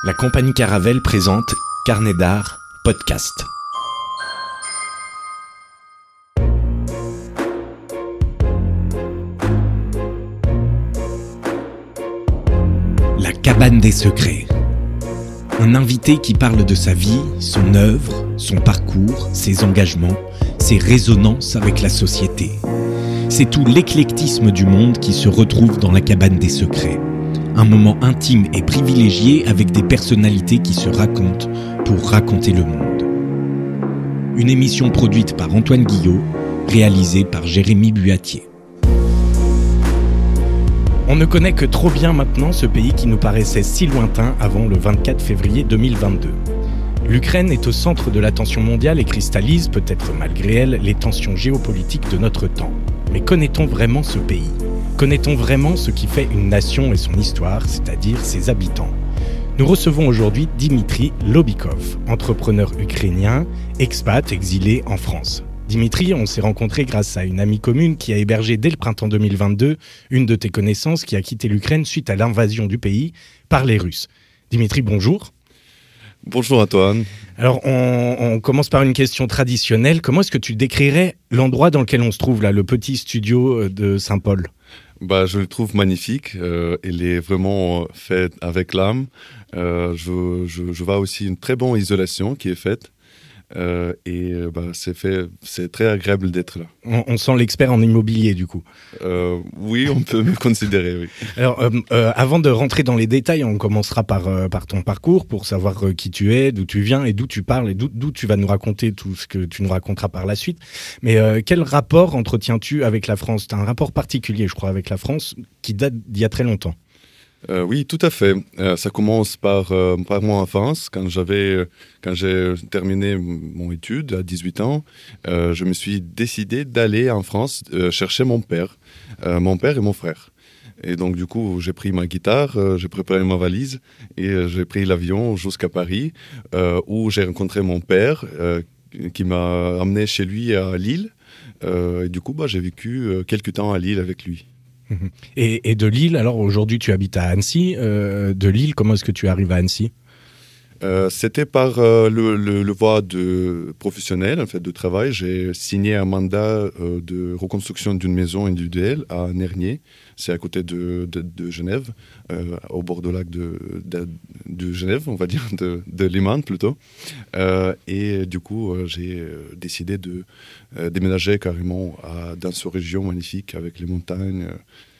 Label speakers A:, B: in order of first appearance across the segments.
A: La compagnie Caravelle présente Carnet d'art, podcast. La cabane des secrets. Un invité qui parle de sa vie, son œuvre, son parcours, ses engagements, ses résonances avec la société. C'est tout l'éclectisme du monde qui se retrouve dans la cabane des secrets. Un moment intime et privilégié avec des personnalités qui se racontent pour raconter le monde. Une émission produite par Antoine Guillot, réalisée par Jérémy Buatier. On ne connaît que trop bien maintenant ce pays qui nous paraissait si lointain avant le 24 février 2022. L'Ukraine est au centre de l'attention mondiale et cristallise, peut-être malgré elle, les tensions géopolitiques de notre temps. Mais connaît-on vraiment ce pays ? Connaît-on vraiment ce qui fait une nation et son histoire, c'est-à-dire ses habitants ? Nous recevons aujourd'hui Dimitri Lobikov, entrepreneur ukrainien, expat, exilé en France. Dimitri, on s'est rencontrés grâce à une amie commune qui a hébergé dès le printemps 2022 une de tes connaissances qui a quitté l'Ukraine suite à l'invasion du pays par les Russes. Dimitri, bonjour.
B: Bonjour Antoine.
A: Alors, on commence par une question traditionnelle. Comment est-ce que tu décrirais l'endroit dans lequel on se trouve là, le petit studio de Saint-Paul ?
B: Je le trouve magnifique. Il est vraiment fait avec l'âme. Je vois aussi une très bonne isolation qui est faite. C'est très agréable d'être là.
A: On sent l'expert en immobilier du coup.
B: Oui, on peut me considérer, oui.
A: Alors, avant de rentrer dans les détails, on commencera par ton parcours pour savoir qui tu es, d'où tu viens et d'où tu parles et d'où tu vas nous raconter tout ce que tu nous raconteras par la suite. Mais quel rapport entretiens-tu avec la France ? Tu as un rapport particulier, je crois, avec la France qui date d'il y a très longtemps.
B: Oui, tout à fait. Ça commence par mon enfance. Quand j'ai terminé mon étude à 18 ans, je me suis décidé d'aller en France chercher mon père et mon frère. Et donc, du coup, j'ai pris ma guitare, j'ai préparé ma valise et j'ai pris l'avion jusqu'à Paris où j'ai rencontré mon père qui m'a emmené chez lui à Lille. Et du coup, j'ai vécu quelques temps à Lille avec lui.
A: Et de Lille, alors aujourd'hui tu habites à Annecy. De Lille, comment est-ce que tu arrives à Annecy ?
B: C'était par le voie professionnelle, en fait, de travail. J'ai signé un mandat de reconstruction d'une maison individuelle à Nernier. C'est à côté de Genève, au bord du lac de Genève, on va dire, de Liman plutôt. Et du coup, j'ai décidé de déménager carrément dans cette région magnifique avec les montagnes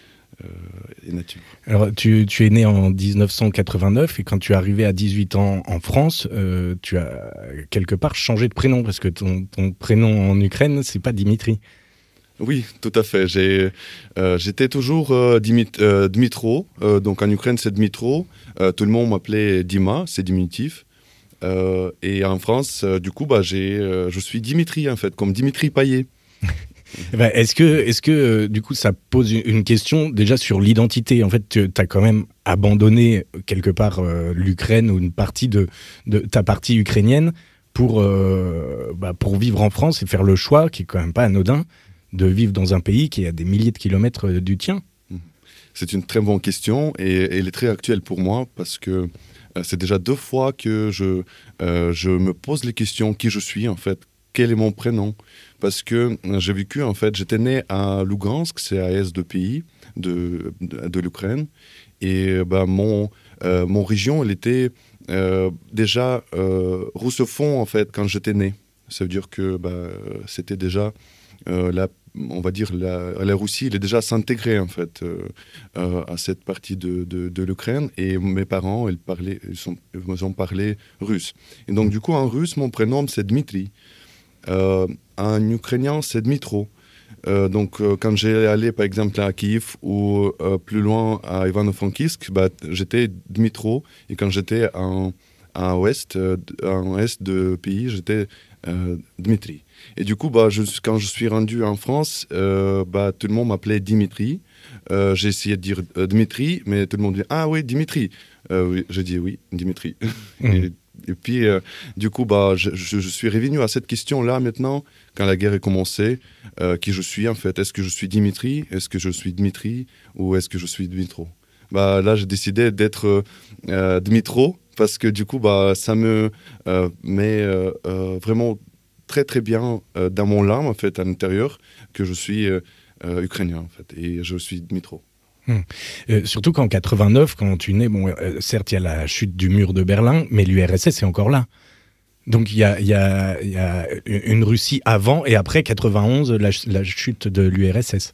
B: et nature.
A: Alors, tu es né en 1989 et quand tu es arrivé à 18 ans en France, tu as quelque part changé de prénom parce que ton prénom en Ukraine, c'est pas Dimitri.
B: Oui, tout à fait. J'étais toujours Dmitro, donc en Ukraine c'est Dmitro. Tout le monde m'appelait Dima, c'est diminutif. Et en France, du coup, je suis Dimitri en fait, comme Dimitri Payet.
A: Est-ce que du coup ça pose une question déjà sur l'identité ? En fait, tu as quand même abandonné quelque part l'Ukraine ou une partie de ta partie ukrainienne pour vivre en France et faire le choix, qui est quand même pas anodin, de vivre dans un pays qui est à des milliers de kilomètres du tien.
B: C'est une très bonne question et elle est très actuelle pour moi parce que c'est déjà 2 fois que je me pose les questions qui je suis en fait. Quel est mon prénom ? Parce que j'ai vécu, en fait, j'étais né à Lugansk, c'est à l'est du pays, de l'Ukraine. Et mon région, elle était déjà russophone, en fait, quand j'étais né. Ça veut dire que c'était déjà, on va dire, la Russie, elle est déjà s'intégrer, en fait, à cette partie de l'Ukraine. Et mes parents, ils ont parlé russe. Et donc, du coup, en russe, mon prénom, c'est Dmitri. En ukrainien, c'est Dmitro. Quand j'ai allé, par exemple, à Kiev ou plus loin à Ivano-Frankivsk, j'étais Dmitro. Et quand j'étais en est de pays, j'étais Dmitri. Et du coup, quand je suis rendu en France, tout le monde m'appelait Dimitri. J'ai essayé de dire Dmitri, mais tout le monde dit « Ah oui, Dimitri ». Oui, j'ai dit « Oui, Dimitri ». Et puis, du coup, je suis revenu à cette question-là maintenant, quand la guerre est commencée, qui je suis en fait. Est-ce que je suis Dimitri ? Est-ce que je suis Dmitri ? Ou est-ce que je suis Dmitro ? Là, j'ai décidé d'être Dmitro, parce que du coup, ça me met vraiment très très bien dans mon âme en fait à l'intérieur que je suis ukrainien en fait et je suis Dmitro.
A: Surtout qu'en 89, quand tu nais, certes il y a la chute du mur de Berlin, mais l'URSS est encore là. Donc il y a une Russie avant et après 91, la chute de l'URSS.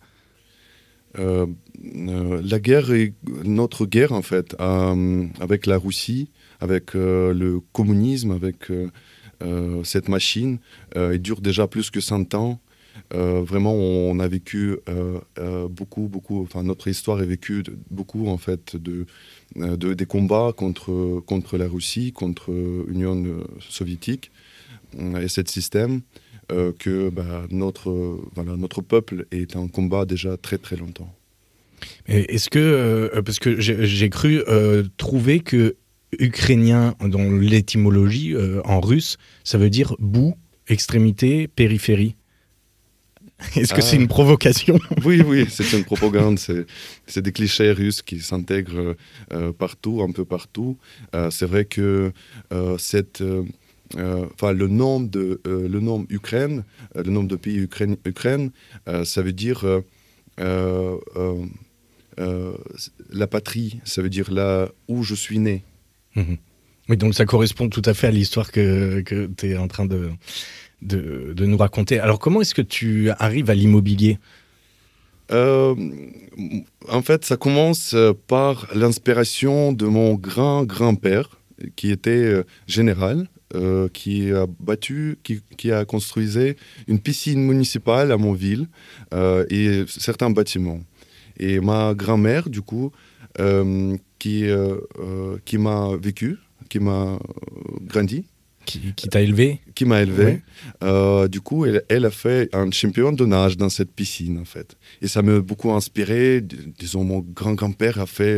B: La guerre est notre guerre en fait, avec la Russie, avec le communisme, avec cette machine. Elle dure déjà plus que 100 ans. Vraiment, on a vécu beaucoup, enfin notre histoire a vécu beaucoup en fait des combats contre la Russie, contre l'Union soviétique et ce système que notre peuple est en combat déjà très très longtemps.
A: Et est-ce que, parce que j'ai cru trouver que ukrainien dans l'étymologie en russe, ça veut dire bout, extrémité, périphérie. Est-ce que c'est une provocation ?
B: Oui, c'est une propagande. C'est des clichés russes qui s'intègrent partout, un peu partout. C'est vrai que le nom Ukraine, le nom de pays Ukraine, ça veut dire la patrie, ça veut dire là où je suis né.
A: Mmh. Oui, donc ça correspond tout à fait à l'histoire que tu es en train de nous raconter. Alors, comment est-ce que tu arrives à l'immobilier ?
B: En fait, ça commence par l'inspiration de mon grand-grand-père, qui était général, qui a construit une piscine municipale à mon ville et certains bâtiments. Et ma grand-mère, du coup, qui m'a vécu, qui m'a grandi,
A: qui t'a élevé ?
B: Qui m'a élevé.
A: Ouais.
B: Du coup, elle a fait un champion de nage dans cette piscine, en fait. Et ça m'a beaucoup inspiré. Disons, mon grand-grand-père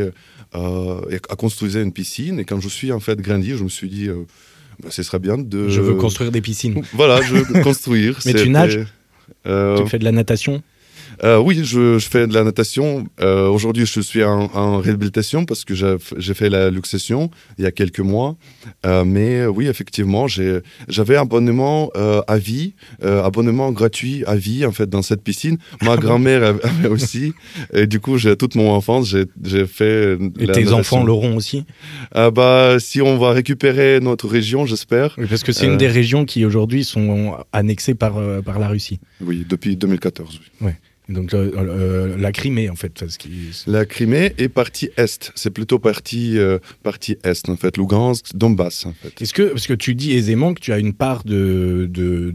B: a construit une piscine. Et quand je suis, en fait, grandi, je me suis dit, ce serait bien de...
A: Je veux construire des piscines.
B: Voilà, je veux construire.
A: Mais tu nages ? Tu fais de la natation ?
B: Oui, je fais de la natation. Aujourd'hui, je suis en réhabilitation parce que j'ai fait la luxation il y a quelques mois. Mais oui, effectivement, j'avais abonnement à vie, abonnement gratuit à vie en fait dans cette piscine. Ma grand-mère avait aussi. Et du coup, toute mon enfance, j'ai fait.
A: Et tes enfants l'auront aussi ?
B: Si on va récupérer notre région, j'espère.
A: Oui, parce que c'est une des régions qui aujourd'hui sont annexées par la Russie.
B: Oui, depuis 2014. Oui.
A: Ouais. Donc la Crimée en fait.
B: La Crimée est partie est, c'est plutôt partie est en fait, Lugansk, Donbass en fait.
A: Parce que tu dis aisément que tu as une part de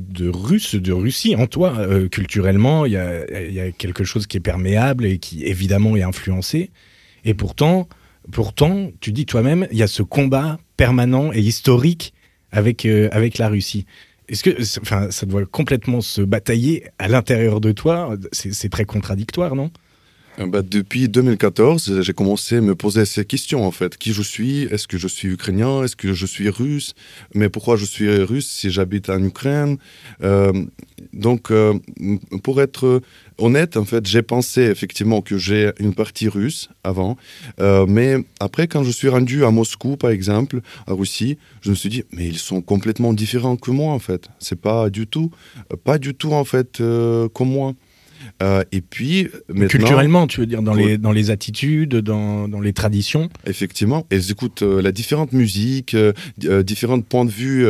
A: Russie en toi, culturellement, il y a quelque chose qui est perméable et qui évidemment est influencé. Et pourtant, tu dis toi-même, il y a ce combat permanent et historique avec la Russie. Est-ce que ça doit complètement se batailler à l'intérieur de toi ? C'est très contradictoire, non ?
B: Depuis 2014, j'ai commencé à me poser ces questions, en fait. Qui je suis ? Est-ce que je suis ukrainien ? Est-ce que je suis russe ? Mais pourquoi je suis russe si j'habite en Ukraine ? Donc, pour être honnête, en fait, j'ai pensé effectivement que j'ai une partie russe avant. Mais après, quand je suis rendu à Moscou, par exemple, à Russie, je me suis dit, mais ils sont complètement différents que moi, en fait. C'est pas du tout, en fait, comme moi. Et puis, maintenant,
A: culturellement, tu veux dire, dans les attitudes, dans les traditions.
B: Effectivement, elles écoutent la différente musique, différents points de vue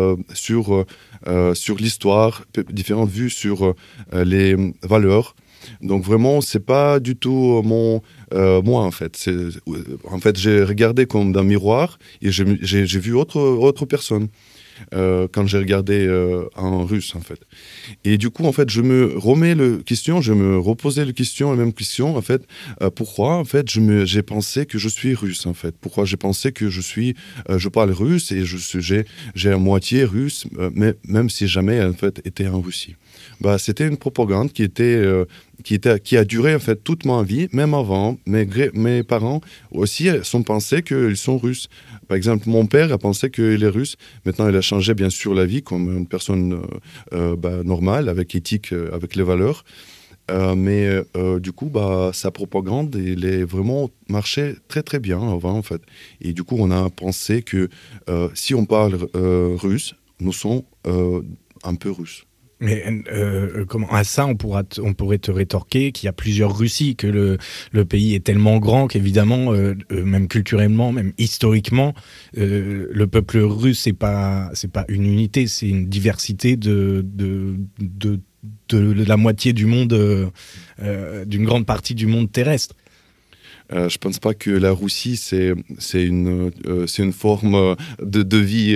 B: sur l'histoire, différentes vues sur les valeurs. Donc vraiment, c'est pas du tout moi en fait. En fait, j'ai regardé comme d'un miroir et j'ai vu autre personne. Quand j'ai regardé en russe en fait. Et du coup en fait je me reposais la question, la même question en fait. Pourquoi en fait j'ai pensé que je suis russe en fait. Pourquoi j'ai pensé que je parle russe et j'ai à moitié russe, mais même si jamais en fait été en Russie. C'était une propagande qui a duré en fait toute ma vie, même avant. Mes parents aussi sont pensés qu'ils sont russes. Par exemple, mon père a pensé qu'il est russe. Maintenant, il a changé bien sûr la vie comme une personne normale, avec éthique, avec les valeurs. Du coup, sa propagande, elle est vraiment marché très très bien avant, en fait. Et du coup, on a pensé que si on parle russe, nous sommes un peu russes.
A: Mais comment à ça on pourrait te rétorquer qu'il y a plusieurs Russies, que le pays est tellement grand qu'évidemment même culturellement, même historiquement, le peuple russe c'est pas une unité, c'est une diversité de la moitié du monde, d'une grande partie du monde terrestre.
B: Je pense pas que la Russie c'est une forme de vie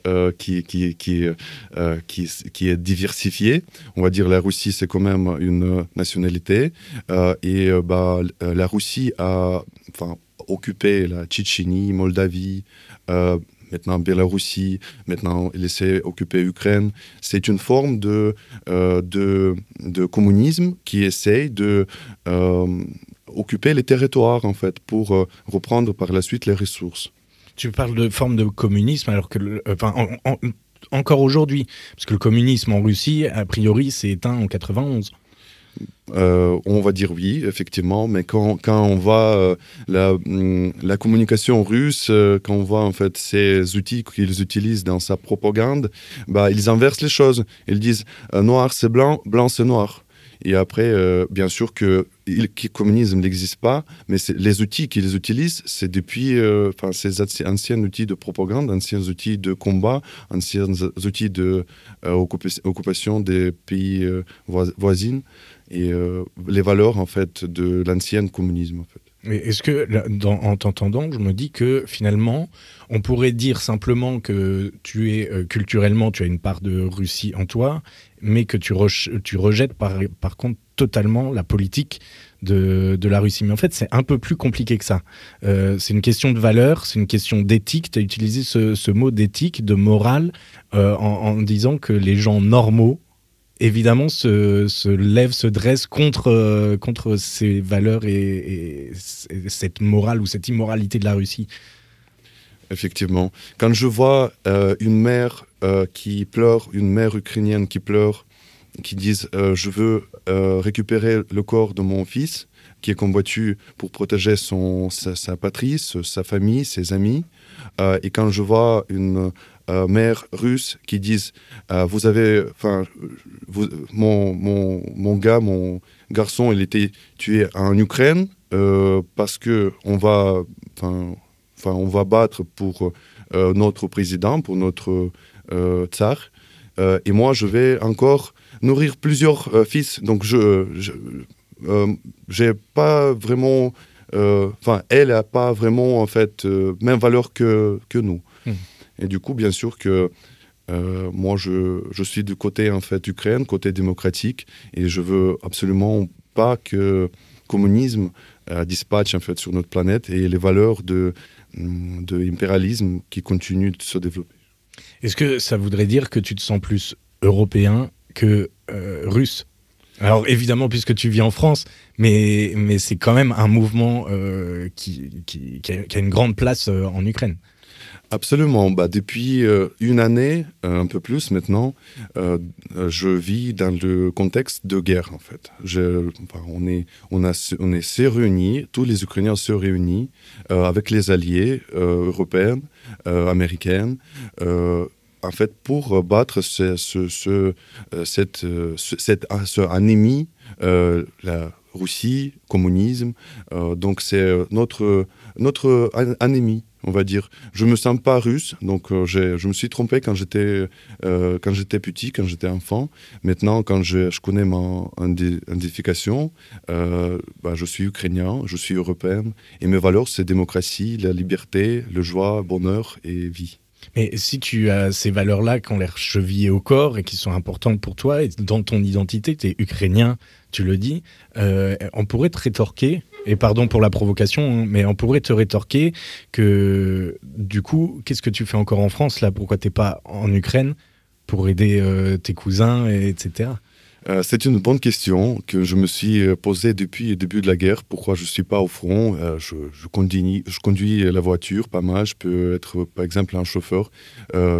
B: qui est diversifiée. On va dire la Russie c'est quand même une nationalité la Russie a occupé la Tchétchénie, Moldavie. Maintenant Biélorussie, maintenant il essaie d'occuper l'Ukraine. C'est une forme de communisme qui essaye de occuper les territoires, en fait, pour reprendre par la suite les ressources.
A: Tu parles de forme de communisme, alors que encore aujourd'hui, parce que le communisme en Russie, a priori, s'est éteint en 91.
B: On va dire oui, effectivement, mais quand on voit la communication russe, quand on voit en fait ces outils qu'ils utilisent dans sa propagande, ils inversent les choses. Ils disent noir c'est blanc, blanc c'est noir. Et après, bien sûr que le communisme n'existe pas, mais les outils qu'ils utilisent, c'est depuis ces anciens outils de propagande, anciens outils de combat, anciens outils de occupation des pays voisins et les valeurs en fait de l'ancien communisme en fait.
A: Mais est-ce que, en t'entendant, je me dis que finalement, on pourrait dire simplement que tu es culturellement, tu as une part de Russie en toi, mais que tu rejettes par contre totalement la politique de la Russie. Mais en fait, c'est un peu plus compliqué que ça. C'est une question de valeur, c'est une question d'éthique. Tu as utilisé ce mot d'éthique, de morale, en disant que les gens normaux, évidemment, se dresse contre ces valeurs et cette morale ou cette immoralité de la Russie.
B: Effectivement. Quand je vois une mère qui pleure, une mère ukrainienne qui pleure, qui disent je veux récupérer le corps de mon fils, qui est combattu pour protéger sa patrie, sa famille, ses amis. Et quand je vois une mère russe qui disent vous avez, mon garçon, il était tué en Ukraine parce que on va battre pour notre président, pour notre tsar. Et moi, je vais encore nourrir plusieurs fils. Donc, j'ai pas vraiment... elle n'a pas vraiment, en fait, même valeur que nous. Et du coup, bien sûr que moi, je suis du côté, en fait, Ukraine, côté démocratique, et je veux absolument pas que le communisme dispatche, en fait, sur notre planète, et les valeurs de impérialisme qui continuent de se développer.
A: Est-ce que ça voudrait dire que tu te sens plus européen que russe ? Alors évidemment, puisque tu vis en France, mais c'est quand même un mouvement qui a une grande place en Ukraine.
B: Absolument. Depuis une année, un peu plus maintenant, je vis dans le contexte de guerre, en fait. On s'est réunis, tous les Ukrainiens se réunissent avec les alliés européens, américains, en fait, pour battre cet ennemi, la Russie, communisme. Donc c'est notre ennemi, on va dire. Je me sens pas russe, donc je me suis trompé quand j'étais petit, quand j'étais enfant. Maintenant, quand je connais mon identification, je suis ukrainien, je suis européen, et mes valeurs c'est démocratie, la liberté, le joie, bonheur et vie.
A: Mais si tu as ces valeurs-là qui ont l'air chevillées au corps et qui sont importantes pour toi, et dans ton identité, tu es ukrainien, tu le dis, on pourrait te rétorquer, et pardon pour la provocation, mais on pourrait te rétorquer que, du coup, qu'est-ce que tu fais encore en France, là ? Pourquoi tu n'es pas en Ukraine pour aider tes cousins, etc.
B: C'est une bonne question que je me suis posée depuis le début de la guerre. Pourquoi je ne suis pas au front ? Je conduis la voiture pas mal. Je peux être, par exemple, un chauffeur.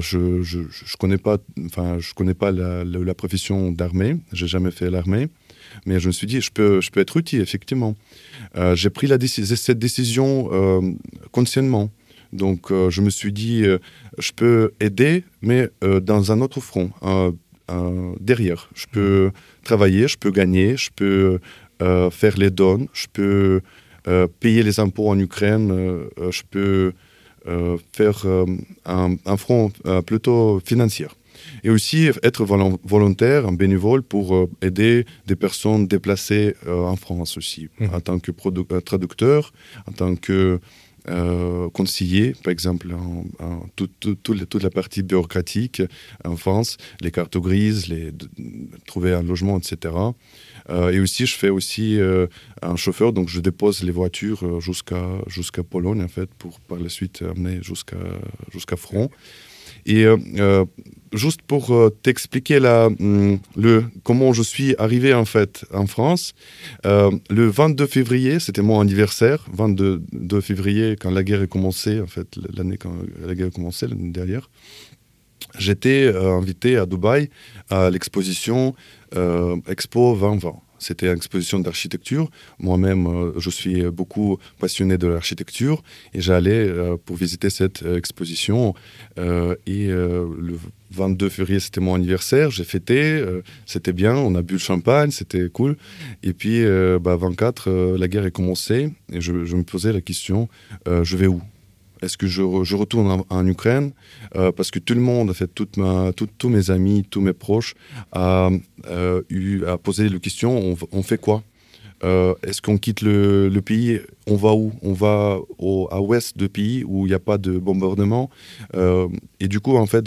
B: Je connais pas la profession d'armée. J'ai jamais fait l'armée. mais je me suis dit, je peux être utile, effectivement. J'ai pris cette décision consciemment. Donc, je me suis dit, je peux aider, mais dans un autre front, derrière. Je peux travailler, je peux gagner, je peux faire les dons, je peux payer les impôts en Ukraine, je peux faire un front plutôt financier. Et aussi être volontaire, un bénévole pour aider des personnes déplacées en France aussi, en tant que traducteur, en tant que conseiller, par exemple, toute la partie bureaucratique en France, les cartes grises, trouver un logement, etc. Et aussi, je fais aussi un chauffeur, donc je dépose les voitures jusqu'à Pologne, en fait, pour par la suite amener jusqu'à Front. Et juste pour t'expliquer comment je suis arrivé en fait en France, le 22 février, c'était mon anniversaire, 22 février quand la guerre a commencé, en fait, l'année quand la guerre a commencé, l'année dernière. J'étais invité à Dubaï à l'exposition Expo 2020. C'était une exposition d'architecture. Moi-même, je suis beaucoup passionné de l'architecture et j'allais pour visiter cette exposition. Et le 22 février, c'était mon anniversaire. J'ai fêté, c'était bien, on a bu le champagne, c'était cool. Et puis, 24, la guerre est commencée et je me posais la question, je vais où ? Est-ce que je retourne en Ukraine parce que tout le monde, en fait, tous mes amis, tous mes proches, a posé la question, on fait quoi ? Est-ce qu'on quitte le pays ? On va où ? On va à l'ouest du pays où il n'y a pas de bombardement. Et du coup, en fait,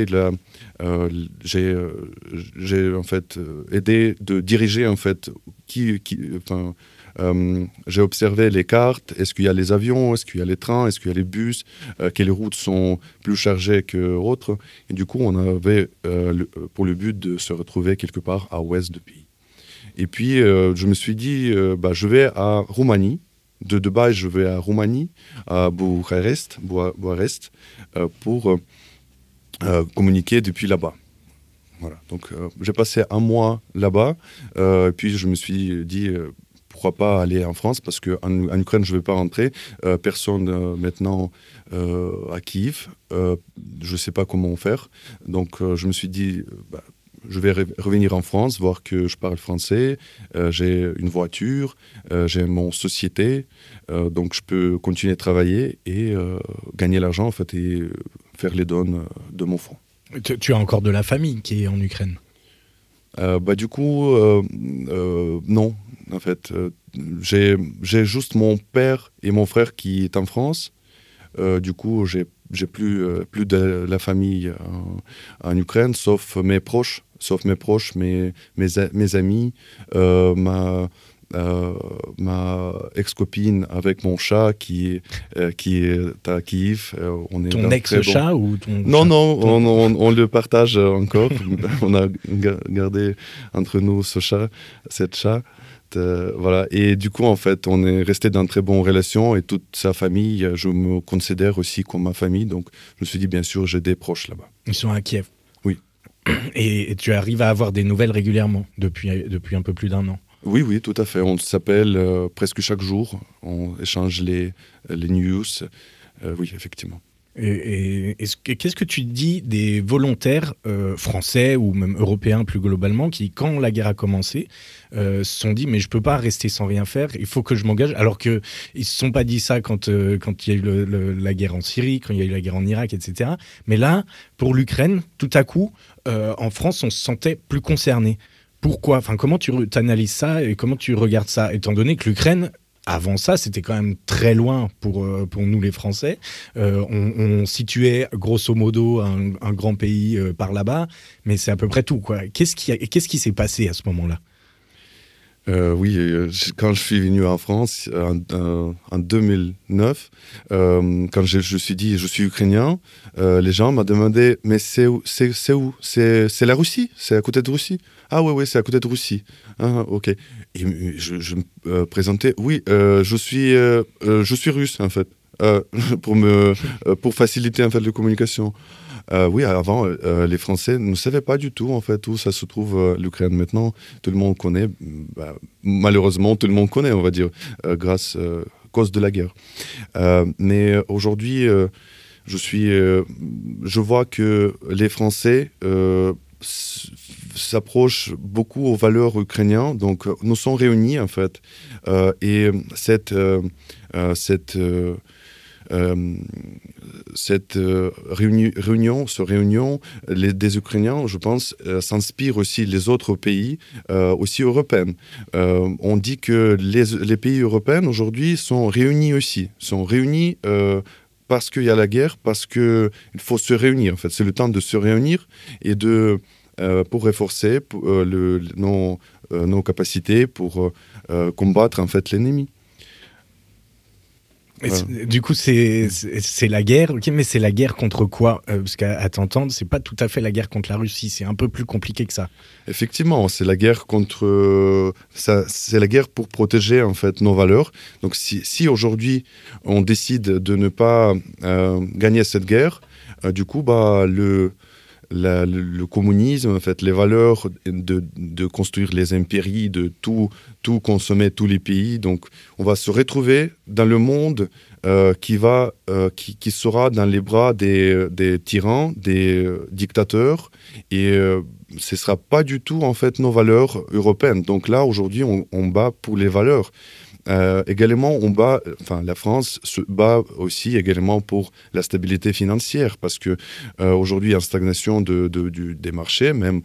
B: j'ai en fait aidé de diriger en fait j'ai observé les cartes. Est-ce qu'il y a les avions ? Est-ce qu'il y a les trains ? Est-ce qu'il y a les bus ? Quelles routes sont plus chargées que autres ? Et du coup, on avait pour le but de se retrouver quelque part à l'ouest du pays. Et puis, je me suis dit, je vais à Roumanie. De Dubaï, je vais à Roumanie, à Bucarest, pour communiquer depuis là-bas. Voilà. Donc, j'ai passé un mois là-bas. Et puis, je me suis dit, pourquoi pas aller en France, parce qu'en Ukraine, je ne vais pas rentrer. Personne maintenant à Kiev. Je ne sais pas comment faire. Donc, je me suis dit... je vais revenir en France, voir que je parle français, j'ai une voiture, j'ai mon société, donc je peux continuer à travailler et gagner l'argent en fait, et faire les dons de mon fonds.
A: Tu as encore de la famille qui est en Ukraine ?
B: Du coup, non. En fait, j'ai juste mon père et mon frère qui est en France. Du coup, j'ai plus de la famille en Ukraine, sauf mes proches, mes amis, ma ex-copine avec mon chat qui est à Kiev.
A: Ton ex-chat ou ton
B: Non,
A: chat?
B: non, on le partage encore. On a gardé entre nous cette chat. Voilà. Et du coup, en fait, on est resté dans de très bonnes relations et toute sa famille, je me considère aussi comme ma famille. Donc, je me suis dit, bien sûr, j'ai des proches là-bas.
A: Ils sont à Kiev.
B: Oui.
A: Et tu arrives à avoir des nouvelles régulièrement depuis un peu plus d'1 an.
B: Oui, tout à fait. On s'appelle presque chaque jour. On échange les news. Oui, effectivement.
A: Et qu'est-ce que tu dis des volontaires français ou même européens plus globalement qui, quand la guerre a commencé, se sont dit mais je peux pas rester sans rien faire, il faut que je m'engage, alors qu'ils ne se sont pas dit ça quand il y a eu la guerre en Syrie, quand il y a eu la guerre en Irak, etc. Mais là, pour l'Ukraine, tout à coup, en France, on se sentait plus concerné. Pourquoi ? Enfin, comment tu analyses ça et comment tu regardes ça, étant donné que l'Ukraine... Avant ça, c'était quand même très loin pour nous les Français. On situait grosso modo un grand pays par là-bas, mais c'est à peu près tout, quoi. Qu'est-ce qui s'est passé à ce moment-là ?
B: Oui, quand je suis venu en France en 2009, quand je me suis dit je suis ukrainien, les gens m'ont demandé mais c'est où ? C'est la Russie ? C'est à côté de Russie ? Ah ouais, c'est à côté de Russie. Ah, ok. Et je me présentais, oui, je suis russe en fait. pour faciliter en fait la communication. Oui, avant, les Français ne savaient pas du tout en fait où ça se trouve l'Ukraine. Maintenant, tout le monde connaît. Malheureusement, tout le monde connaît, on va dire, grâce à cause de la guerre. Mais aujourd'hui, je vois que les Français s'approchent beaucoup aux valeurs ukrainiennes. Donc, nous sommes réunis en fait, et cette réunion des Ukrainiens, je pense, s'inspire aussi les autres pays, aussi européens. On dit que les pays européens aujourd'hui sont réunis aussi, parce qu'il y a la guerre, parce qu'il faut se réunir. En fait, c'est le temps de se réunir et pour renforcer nos capacités pour combattre en fait l'ennemi.
A: Du coup, c'est la guerre, ok, mais c'est la guerre contre quoi? Parce qu'à t'entendre, c'est pas tout à fait la guerre contre la Russie, c'est un peu plus compliqué que ça.
B: Effectivement, c'est la guerre c'est la guerre pour protéger en fait nos valeurs. Donc, si aujourd'hui on décide de ne pas gagner cette guerre, du coup, le communisme, en fait, les valeurs de construire les impéries, de tout consommer, tous les pays. Donc, on va se retrouver dans le monde qui sera dans les bras des tyrans, des dictateurs, et ce ne sera pas du tout, en fait, nos valeurs européennes. Donc là, aujourd'hui, on bat pour les valeurs. Également, la France se bat aussi également pour la stabilité financière, parce que aujourd'hui, il y a une stagnation des marchés, même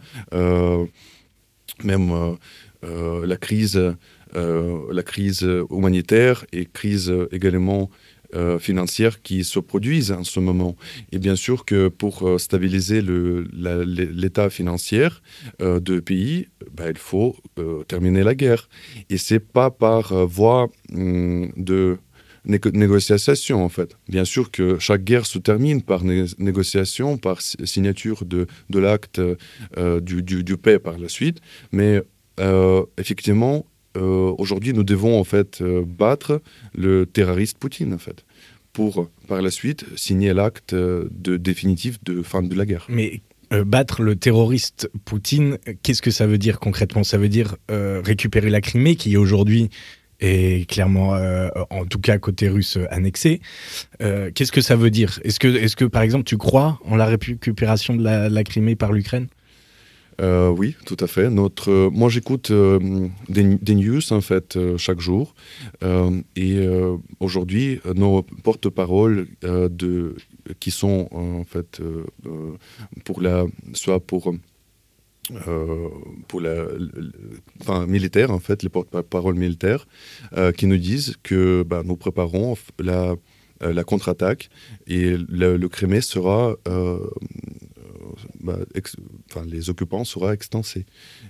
B: la crise humanitaire et crise également financières qui se produisent en ce moment. Et bien sûr que pour stabiliser l'état financier de pays, il faut terminer la guerre. Et ce n'est pas par voie de négociation, en fait. Bien sûr que chaque guerre se termine par négociation, par signature de l'acte du paix par la suite. Mais effectivement, aujourd'hui, nous devons en fait battre le terroriste Poutine, en fait, pour par la suite signer l'acte définitif de fin de la guerre.
A: Mais battre le terroriste Poutine, qu'est-ce que ça veut dire concrètement? Ça veut dire récupérer la Crimée, qui aujourd'hui est clairement, en tout cas côté russe, annexée. Qu'est-ce que ça veut dire? Est-ce que, par exemple, tu crois en la récupération de la Crimée par l'Ukraine?
B: Oui, tout à fait. Moi, j'écoute des news en fait chaque jour, et aujourd'hui, nos porte-paroles qui sont en fait militaires, en fait, les porte-paroles militaires, qui nous disent que nous préparons la contre-attaque et le Crimée sera les occupants sera extensé.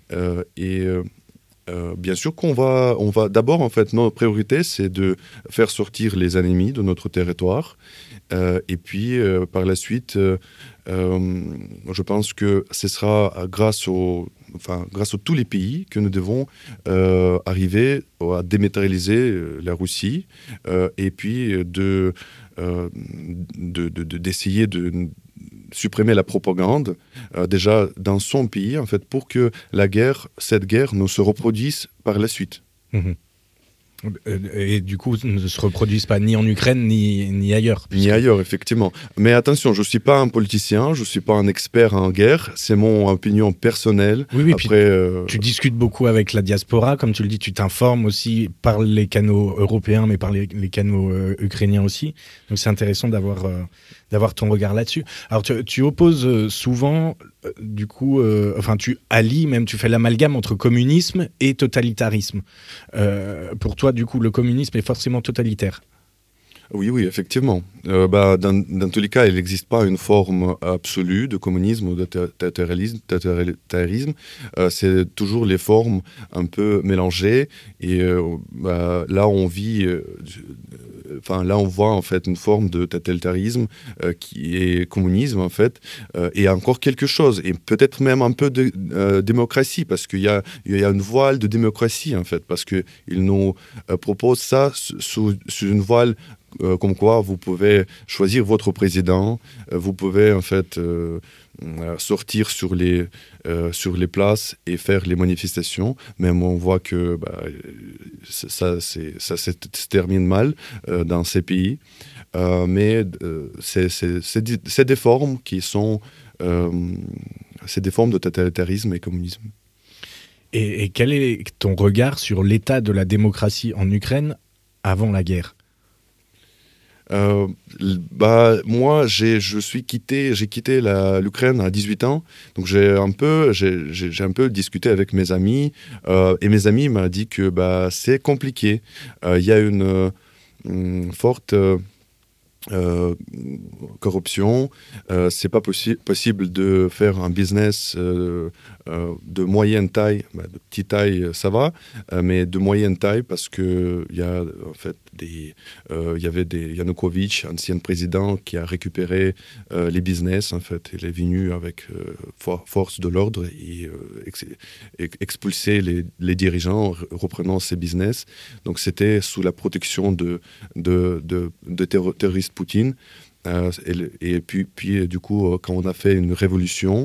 B: Bien sûr qu'on va d'abord, en fait, notre priorité, c'est de faire sortir les ennemis de notre territoire. Et puis, par la suite, je pense que ce sera grâce à tous les pays que nous devons arriver à dématérialiser la Russie, et puis d'essayer de supprimer la propagande déjà dans son pays, en fait, pour que cette guerre ne se reproduise par la suite.
A: Mmh. Et du coup, ne se reproduisent pas ni en Ukraine, ni ailleurs.
B: Ni ailleurs, effectivement. Mais attention, je ne suis pas un politicien, je ne suis pas un expert en guerre, c'est mon opinion personnelle.
A: Oui, après, tu discutes beaucoup avec la diaspora, comme tu le dis, tu t'informes aussi par les canaux européens, mais par les canaux ukrainiens aussi. Donc c'est intéressant d'avoir ton regard là-dessus. Alors tu opposes souvent, du coup, tu allies, même tu fais l'amalgame entre communisme et totalitarisme. Pour toi, du coup, le communisme est forcément totalitaire.
B: Oui, effectivement. Dans tous les cas, il n'existe pas une forme absolue de communisme ou de totalitarisme. C'est toujours les formes un peu mélangées. Et là, on voit en fait une forme de totalitarisme qui est communisme, en fait, et encore quelque chose. Et peut-être même un peu de démocratie, parce qu'il y a une voile de démocratie, en fait, parce qu'ils nous proposent ça sous une voile comme quoi vous pouvez choisir votre président, vous pouvez en fait sortir sur les places et faire les manifestations. Même on voit que ça se termine mal dans ces pays. Mais c'est des formes qui sont... c'est des formes de totalitarisme et communisme.
A: Et quel est ton regard sur l'état de la démocratie en Ukraine avant la guerre ?
B: Moi, j'ai quitté l'Ukraine à 18 ans, donc j'ai un peu discuté avec mes amis, et mes amis m'ont dit que c'est compliqué. Il y a une forte corruption, c'est pas possible de faire un business de moyenne taille, de petite taille ça va, mais de moyenne taille parce que il y a en fait il y avait Yanukovych, ancien président, qui a récupéré les business en fait. Il est venu avec force de l'ordre et expulsé les dirigeants reprenant ces business. Donc c'était sous la protection de terroristes Poutine. Et puis du coup, quand on a fait une révolution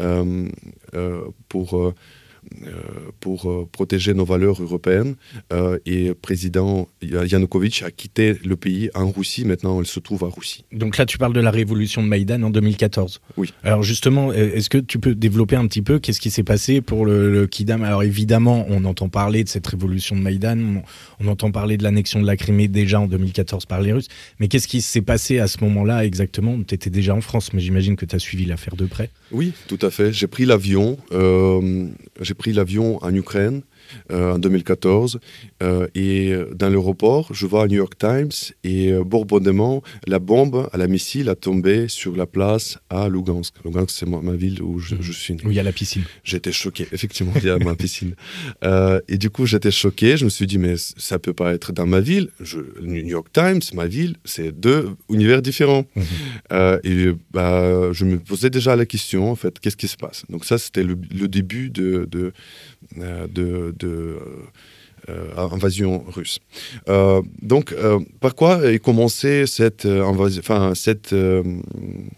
B: pour protéger nos valeurs européennes, et le président Yanukovych a quitté le pays en Russie. Maintenant, il se trouve à Russie.
A: Donc là, tu parles de la révolution de Maïdan en 2014.
B: Oui.
A: Alors justement, est-ce que tu peux développer un petit peu qu'est-ce qui s'est passé pour le Kidam ? Alors évidemment, on entend parler de cette révolution de Maïdan, on entend parler de l'annexion de la Crimée déjà en 2014 par les Russes, mais qu'est-ce qui s'est passé à ce moment-là exactement ? Tu étais déjà en France, mais j'imagine que tu as suivi l'affaire de près.
B: Oui, tout à fait. J'ai pris l'avion en Ukraine en 2014 et dans l'aéroport, je vois New York Times et bourdonnement, la bombe à la missile a tombé sur la place à Lugansk. Lugansk, c'est ma ville où je suis né.
A: Où il y a la piscine.
B: J'étais choqué, effectivement, il y a ma piscine. Et du coup, j'étais choqué, je me suis dit, mais ça peut pas être dans ma ville. New York Times, ma ville, c'est deux univers différents. Et je me posais déjà la question, en fait, qu'est-ce qui se passe ? Donc ça, c'était le début de invasion russe. Donc, par quoi est commencée cette révolution ?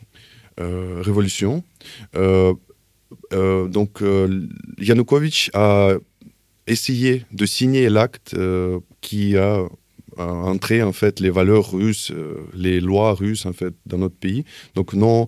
B: Yanukovych a essayé de signer l'acte qui a entré en fait les valeurs russes, les lois russes en fait dans notre pays. Donc non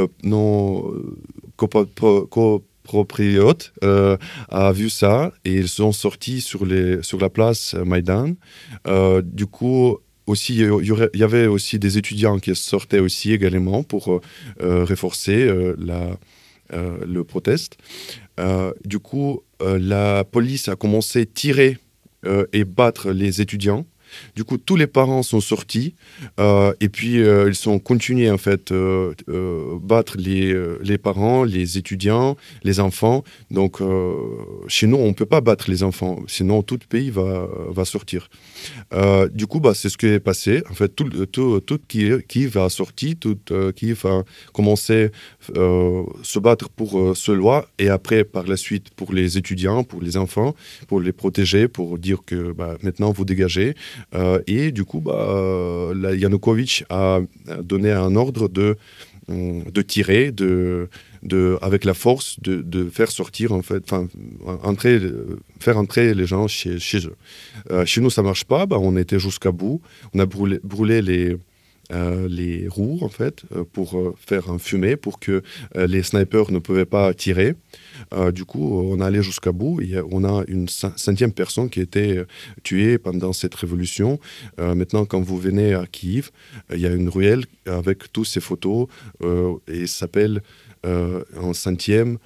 B: copropriétaires a vu ça et ils sont sortis sur la place Maïdan. Du coup, aussi, il y avait aussi des étudiants qui sortaient aussi également pour renforcer le proteste. Du coup, la police a commencé à tirer et battre les étudiants. Du coup, tous les parents sont sortis et puis ils ont continué en fait battre les parents, les étudiants, les enfants. Donc, chez nous, on ne peut pas battre les enfants, sinon tout le pays va sortir. Du coup, c'est ce qui est passé. En fait, tout Kiev a sorti, tout Kiev a commencé se battre pour ce loi et après, par la suite, pour les étudiants, pour les enfants, pour les protéger, pour dire que maintenant, vous dégagez. Et du coup, Yanukovych a donné un ordre de tirer, avec la force de faire sortir, en fait, faire entrer les gens chez eux. Chez nous, ça marche pas. On était jusqu'à bout. On a brûlé les roues, en fait, pour faire un fumée, pour que les snipers ne pouvaient pas tirer. Du coup, on est allé jusqu'à bout. Et on a une 5e personne qui a été tuée pendant cette révolution. Maintenant, quand vous venez à Kiev, il y a une ruelle avec toutes ces photos et ça s'appelle en 5e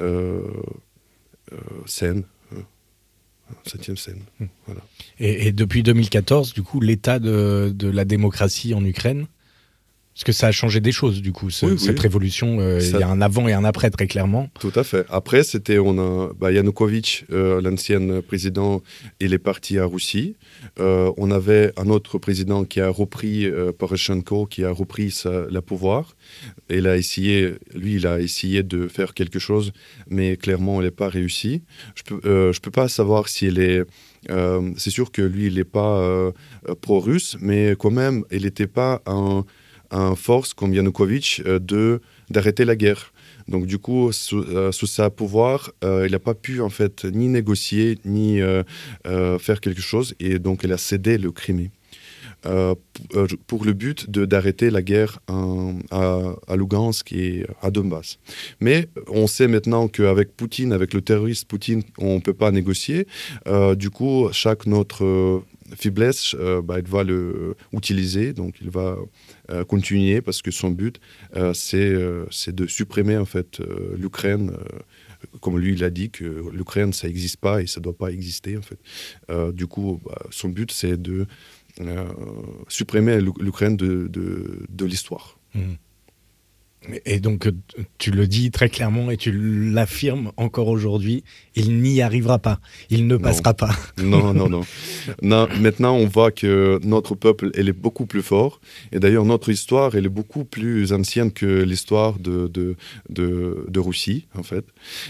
B: scène. 7e scène. Voilà.
A: Et depuis 2014, du coup, l'état de la démocratie en Ukraine ? Parce que ça a changé des choses, du coup,
B: Oui,
A: cette révolution. Il y a un avant et un après, très clairement.
B: Tout à fait. Après, Yanukovych, l'ancien président, il est parti à Russie. On avait un autre président qui a repris, Poroshenko, qui a repris le pouvoir. Il a essayé de faire quelque chose, mais clairement, il n'a pas réussi. Je peux pas savoir s'il est... c'est sûr que lui, il n'est pas pro-russe, mais quand même, il n'était pas un force comme Yanukovych d'arrêter la guerre. Donc du coup, sous sa pouvoir, il n'a pas pu en fait ni négocier ni faire quelque chose, et donc il a cédé le Crimée pour le but d'arrêter la guerre à Lugansk et à Donbass. Mais on sait maintenant qu'avec Poutine, avec le terroriste Poutine, on ne peut pas négocier. Du coup, chaque notre faiblesse, il va l'utiliser, donc il va continuer parce que son but, c'est de supprimer en fait l'Ukraine. Comme lui, il a dit que l'Ukraine, ça n'existe pas et ça ne doit pas exister en fait. Du coup, son but, c'est de supprimer l'Ukraine de l'histoire.
A: Mmh. Et donc, tu le dis très clairement et tu l'affirmes encore aujourd'hui, il n'y arrivera pas, il ne passera pas.
B: Non. Maintenant, on voit que notre peuple, elle est beaucoup plus fort. Et d'ailleurs, notre histoire, elle est beaucoup plus ancienne que l'histoire de Russie, en fait.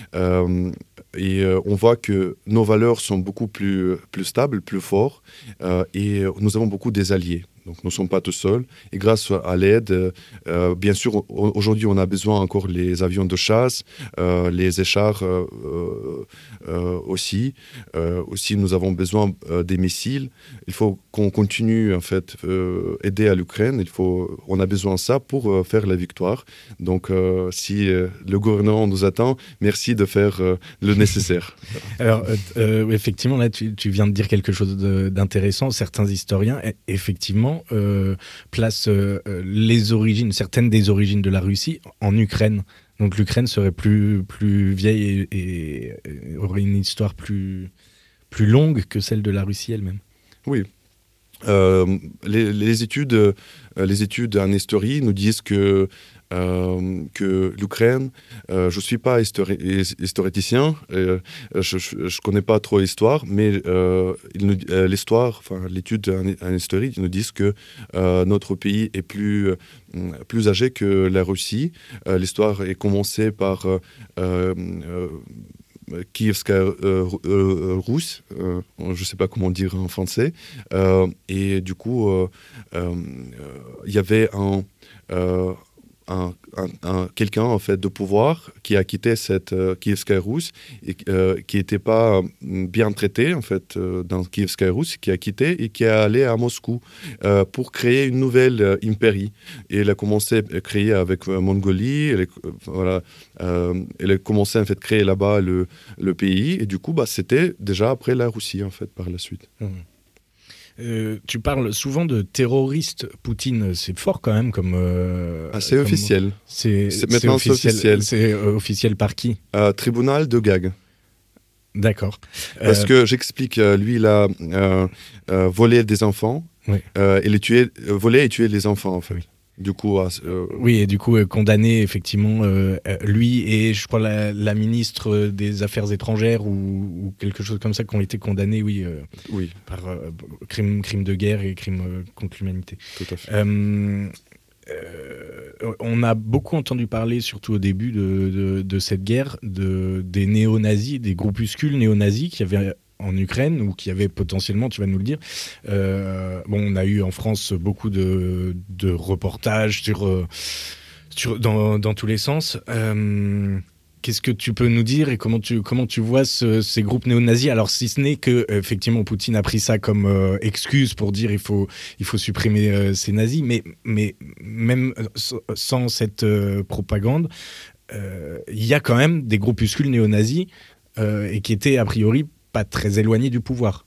B: On voit que nos valeurs sont beaucoup plus stables, plus fortes. Et nous avons beaucoup des alliés. Donc, nous ne sommes pas tout seuls. Et grâce à l'aide, bien sûr, aujourd'hui, on a besoin encore les avions de chasse, les échars aussi. Aussi, nous avons besoin des missiles. Il faut qu'on continue, en fait, aider à l'Ukraine. On a besoin de ça pour faire la victoire. Donc, si le gouvernement nous attend, merci de faire le nécessaire.
A: Alors, effectivement, là, tu viens de dire quelque chose d'intéressant. Certains historiens, effectivement, placent certaines des origines de la Russie en Ukraine. Donc l'Ukraine serait plus vieille et aurait une histoire plus longue que celle de la Russie elle-même.
B: Oui. Les études en histoire nous disent que l'Ukraine, je ne suis pas historicien, je ne connais pas trop l'histoire, mais l'étude en histoire nous disent que notre pays est plus âgé que la Russie. L'histoire est commencée par Kievska Rus, je ne sais pas comment dire en français, et du coup, il y avait quelqu'un en fait de pouvoir qui a quitté cette Kievska Rus et qui n'était pas bien traité en fait dans Kievska Rus, qui a quitté et qui est allé à Moscou pour créer une nouvelle impérie. Et elle a commencé à créer avec Mongolie, elle a commencé en fait à créer là-bas le pays, et du coup c'était déjà après la Russie en fait par la suite.
A: Tu parles souvent de terroristes. Poutine, c'est fort quand même comme...
B: c'est officiel.
A: Maintenant c'est officiel. C'est officiel par qui ?
B: Tribunal de Gag.
A: D'accord.
B: Parce que j'explique, lui, il a volé des enfants.
A: Oui.
B: Volé et tué les enfants, en fait. Oui. Du coup,
A: oui, et du coup, condamné, effectivement, lui et je crois la ministre des Affaires étrangères ou quelque chose comme ça, qui ont été condamnés, oui. Par crime de guerre et crime contre l'humanité.
B: Tout à fait.
A: On a beaucoup entendu parler, surtout au début de cette guerre, des néo-nazis, des groupuscules néo-nazis qui avaient en Ukraine, ou qui avait potentiellement, tu vas nous le dire. On a eu en France beaucoup de reportages dans tous les sens. Qu'est-ce que tu peux nous dire et comment tu vois ces groupes néo-nazis ? Alors, si ce n'est que, effectivement, Poutine a pris ça comme excuse pour dire il faut supprimer ces nazis, mais même sans cette propagande, il y a quand même des groupuscules néo-nazis et qui étaient a priori pas très éloigné du pouvoir.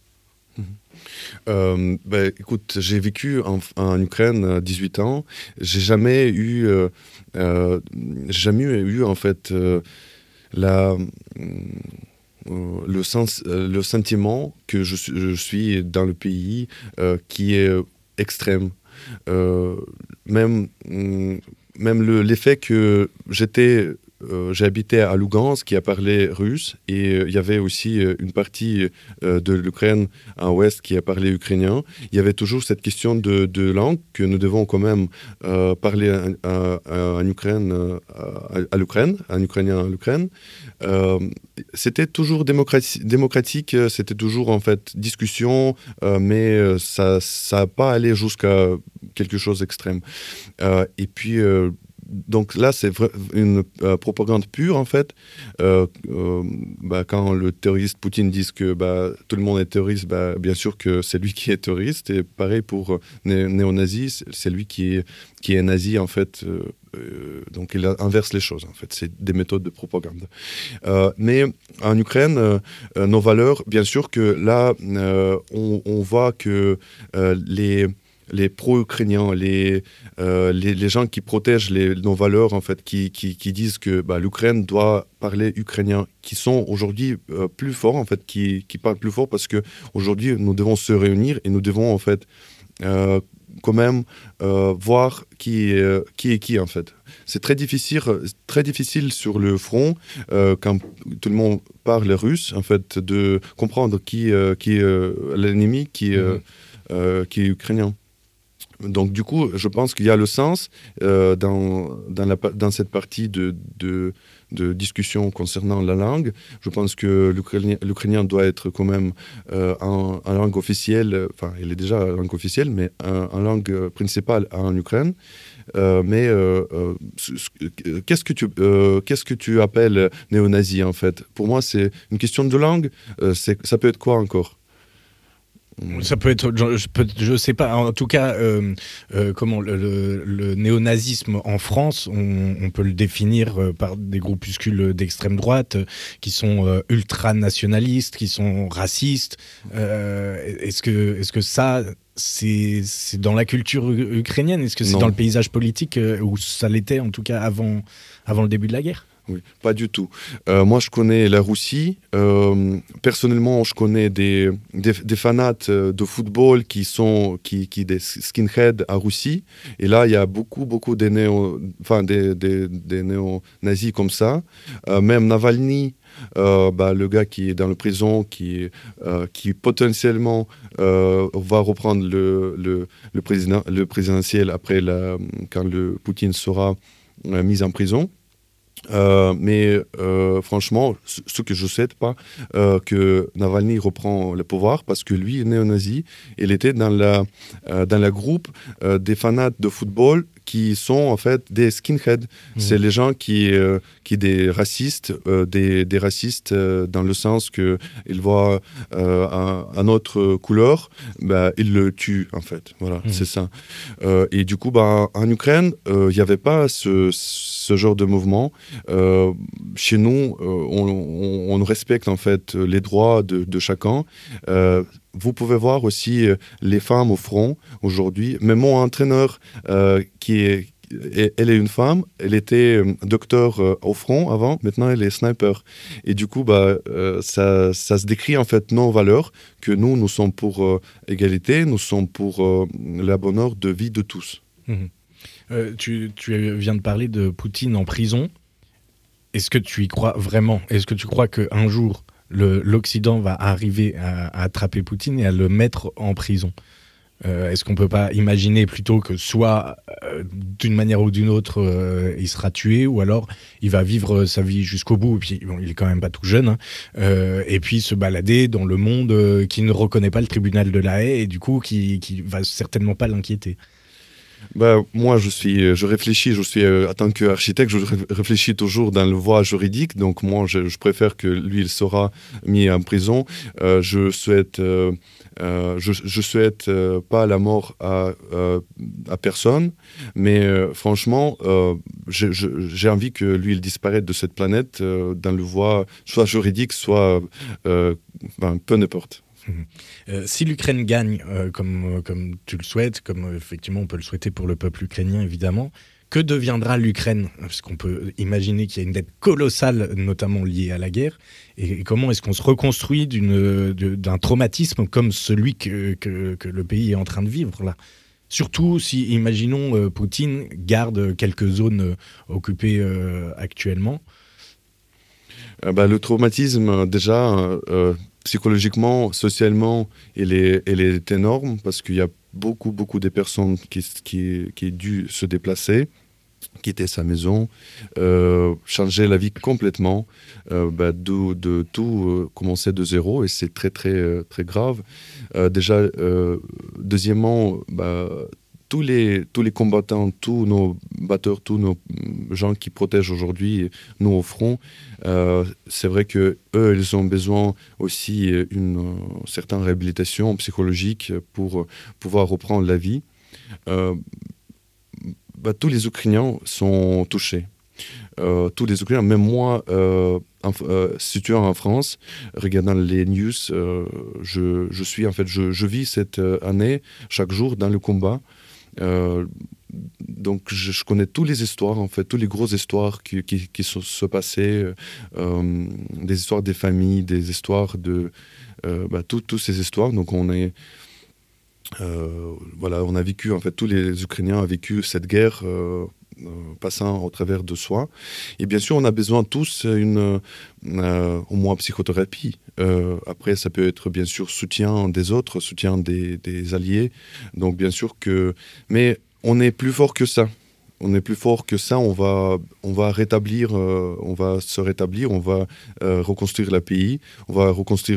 B: Écoute, j'ai vécu en Ukraine 18 ans. J'ai jamais eu en fait le sentiment que je suis dans le pays qui est extrême. même l'effet que j'ai habité à Lugansk qui a parlé russe et il y avait aussi une partie de l'Ukraine en ouest qui a parlé ukrainien. Il y avait toujours cette question de langue que nous devons quand même parler en Ukraine, à l'Ukraine, en ukrainien à l'Ukraine. C'était toujours démocratique, c'était toujours en fait discussion, mais ça n'a pas allé jusqu'à quelque chose d'extrême. Et puis donc là, c'est une propagande pure, en fait. Quand le terroriste Poutine dit que tout le monde est terroriste, bien sûr que c'est lui qui est terroriste. Et pareil pour néo-nazis, c'est lui qui est nazi, en fait. Donc il inverse les choses, en fait. C'est des méthodes de propagande. Mais en Ukraine, nos valeurs, bien sûr que là, on voit que les pro-ukrainiens, les gens qui protègent nos valeurs, en fait, qui disent que l'Ukraine doit parler ukrainien, qui sont aujourd'hui plus forts, en fait, qui parlent plus fort parce qu'aujourd'hui, nous devons se réunir et nous devons, en fait, quand même voir qui est qui, en fait. C'est très difficile sur le front, quand tout le monde parle russe, en fait, de comprendre qui est l'ennemi, qui est ukrainien. Donc du coup, je pense qu'il y a le sens dans cette partie de discussion concernant la langue. Je pense que l'ukrainien doit être quand même en langue officielle, enfin il est déjà en langue officielle, mais en langue principale en Ukraine. Mais qu'est-ce que tu appelles néo-nazi, en fait? Pour moi, c'est une question de langue. Ça peut être quoi encore?
A: Ça peut être, je sais pas, en tout cas, comment le néonazisme en France, on peut le définir par des groupuscules d'extrême droite qui sont ultranationalistes, qui sont racistes. Est-ce que ça, c'est dans la culture ukrainienne? Est-ce que c'est dans le paysage politique où ça l'était, en tout cas avant le début de la guerre?
B: Oui, pas du tout. Moi, je connais la Russie. Personnellement, je connais des fanats de football qui des skinheads à Russie. Et là, il y a beaucoup des néo-nazis comme ça. Même Navalny, le gars qui est dans la prison, qui potentiellement va reprendre le présidentiel après quand le Poutine sera mis en prison. Mais franchement, ce que je ne sais pas, que Navalny reprend le pouvoir parce que lui est néo-nazi. Il était dans la groupe des fanats de football qui sont en fait des skinheads. C'est les gens qui des racistes, des racistes dans le sens que ils voient un autre couleur, ils le tuent, en fait. Voilà, c'est ça. Et du coup, en Ukraine, il n'y avait pas ce genre de mouvement. Chez nous, on respecte en fait les droits de chacun. Vous pouvez voir aussi les femmes au front aujourd'hui. Même mon entraîneur, elle est une femme, elle était docteur au front avant, maintenant elle est sniper. Et du coup, ça se décrit en fait nos valeurs, que nous sommes pour égalité, nous sommes pour la bonheur de vie de tous.
A: Tu viens de parler de Poutine en prison. Est-ce que tu y crois vraiment? Est-ce que tu crois qu'un jour, l'Occident va arriver à attraper Poutine et à le mettre en prison? Est-ce qu'on ne peut pas imaginer plutôt que soit d'une manière ou d'une autre, il sera tué, ou alors il va vivre sa vie jusqu'au bout, et puis il est quand même pas tout jeune, et puis se balader dans le monde qui ne reconnaît pas le tribunal de la Haye, et du coup qui va certainement pas l'inquiéter?
B: Moi, je réfléchis, en tant qu'architecte, je réfléchis toujours dans la voie juridique. Donc, moi, je préfère que lui, il sera mis en prison. Je souhaite pas la mort à personne. Mais franchement, j'ai envie que lui, il disparaisse de cette planète dans la voie soit juridique, soit peu n'importe.
A: Si l'Ukraine gagne, comme tu le souhaites, comme effectivement on peut le souhaiter pour le peuple ukrainien évidemment, que deviendra l'Ukraine? Parce qu'on peut imaginer qu'il y a une dette colossale, notamment liée à la guerre. Et comment est-ce qu'on se reconstruit d'un traumatisme comme celui que le pays est en train de vivre là, Surtout si, imaginons, Poutine garde quelques zones occupées actuellement.
B: Le traumatisme, déjà, psychologiquement, socialement, il est énorme parce qu'il y a beaucoup de personnes qui ont dû se déplacer, quitter sa maison, changer la vie complètement, de tout commencer de zéro, et c'est très grave. Déjà, deuxièmement, tous les combattants, tous nos batteurs, tous nos gens qui protègent aujourd'hui nous au front, c'est vrai que eux, ils ont besoin aussi d'une certaine réhabilitation psychologique pour pouvoir reprendre la vie. Tous les Ukrainiens sont touchés. Tous les Ukrainiens, même moi, situant en France, regardant les news, je vis cette année, chaque jour, dans le combat. Donc je connais toutes les histoires, en fait, toutes les grosses histoires qui se passaient, des histoires des familles, des histoires de toutes ces histoires. Donc on a vécu, en fait, tous les Ukrainiens ont vécu cette guerre passant au travers de soi. Et bien sûr, on a besoin tous au moins psychothérapie. Après, ça peut être bien sûr soutien des autres, soutien des alliés. Donc bien sûr que... Mais on est plus fort que ça. On est plus fort que ça. On va rétablir, on va se rétablir, on va reconstruire le pays, on va reconstruire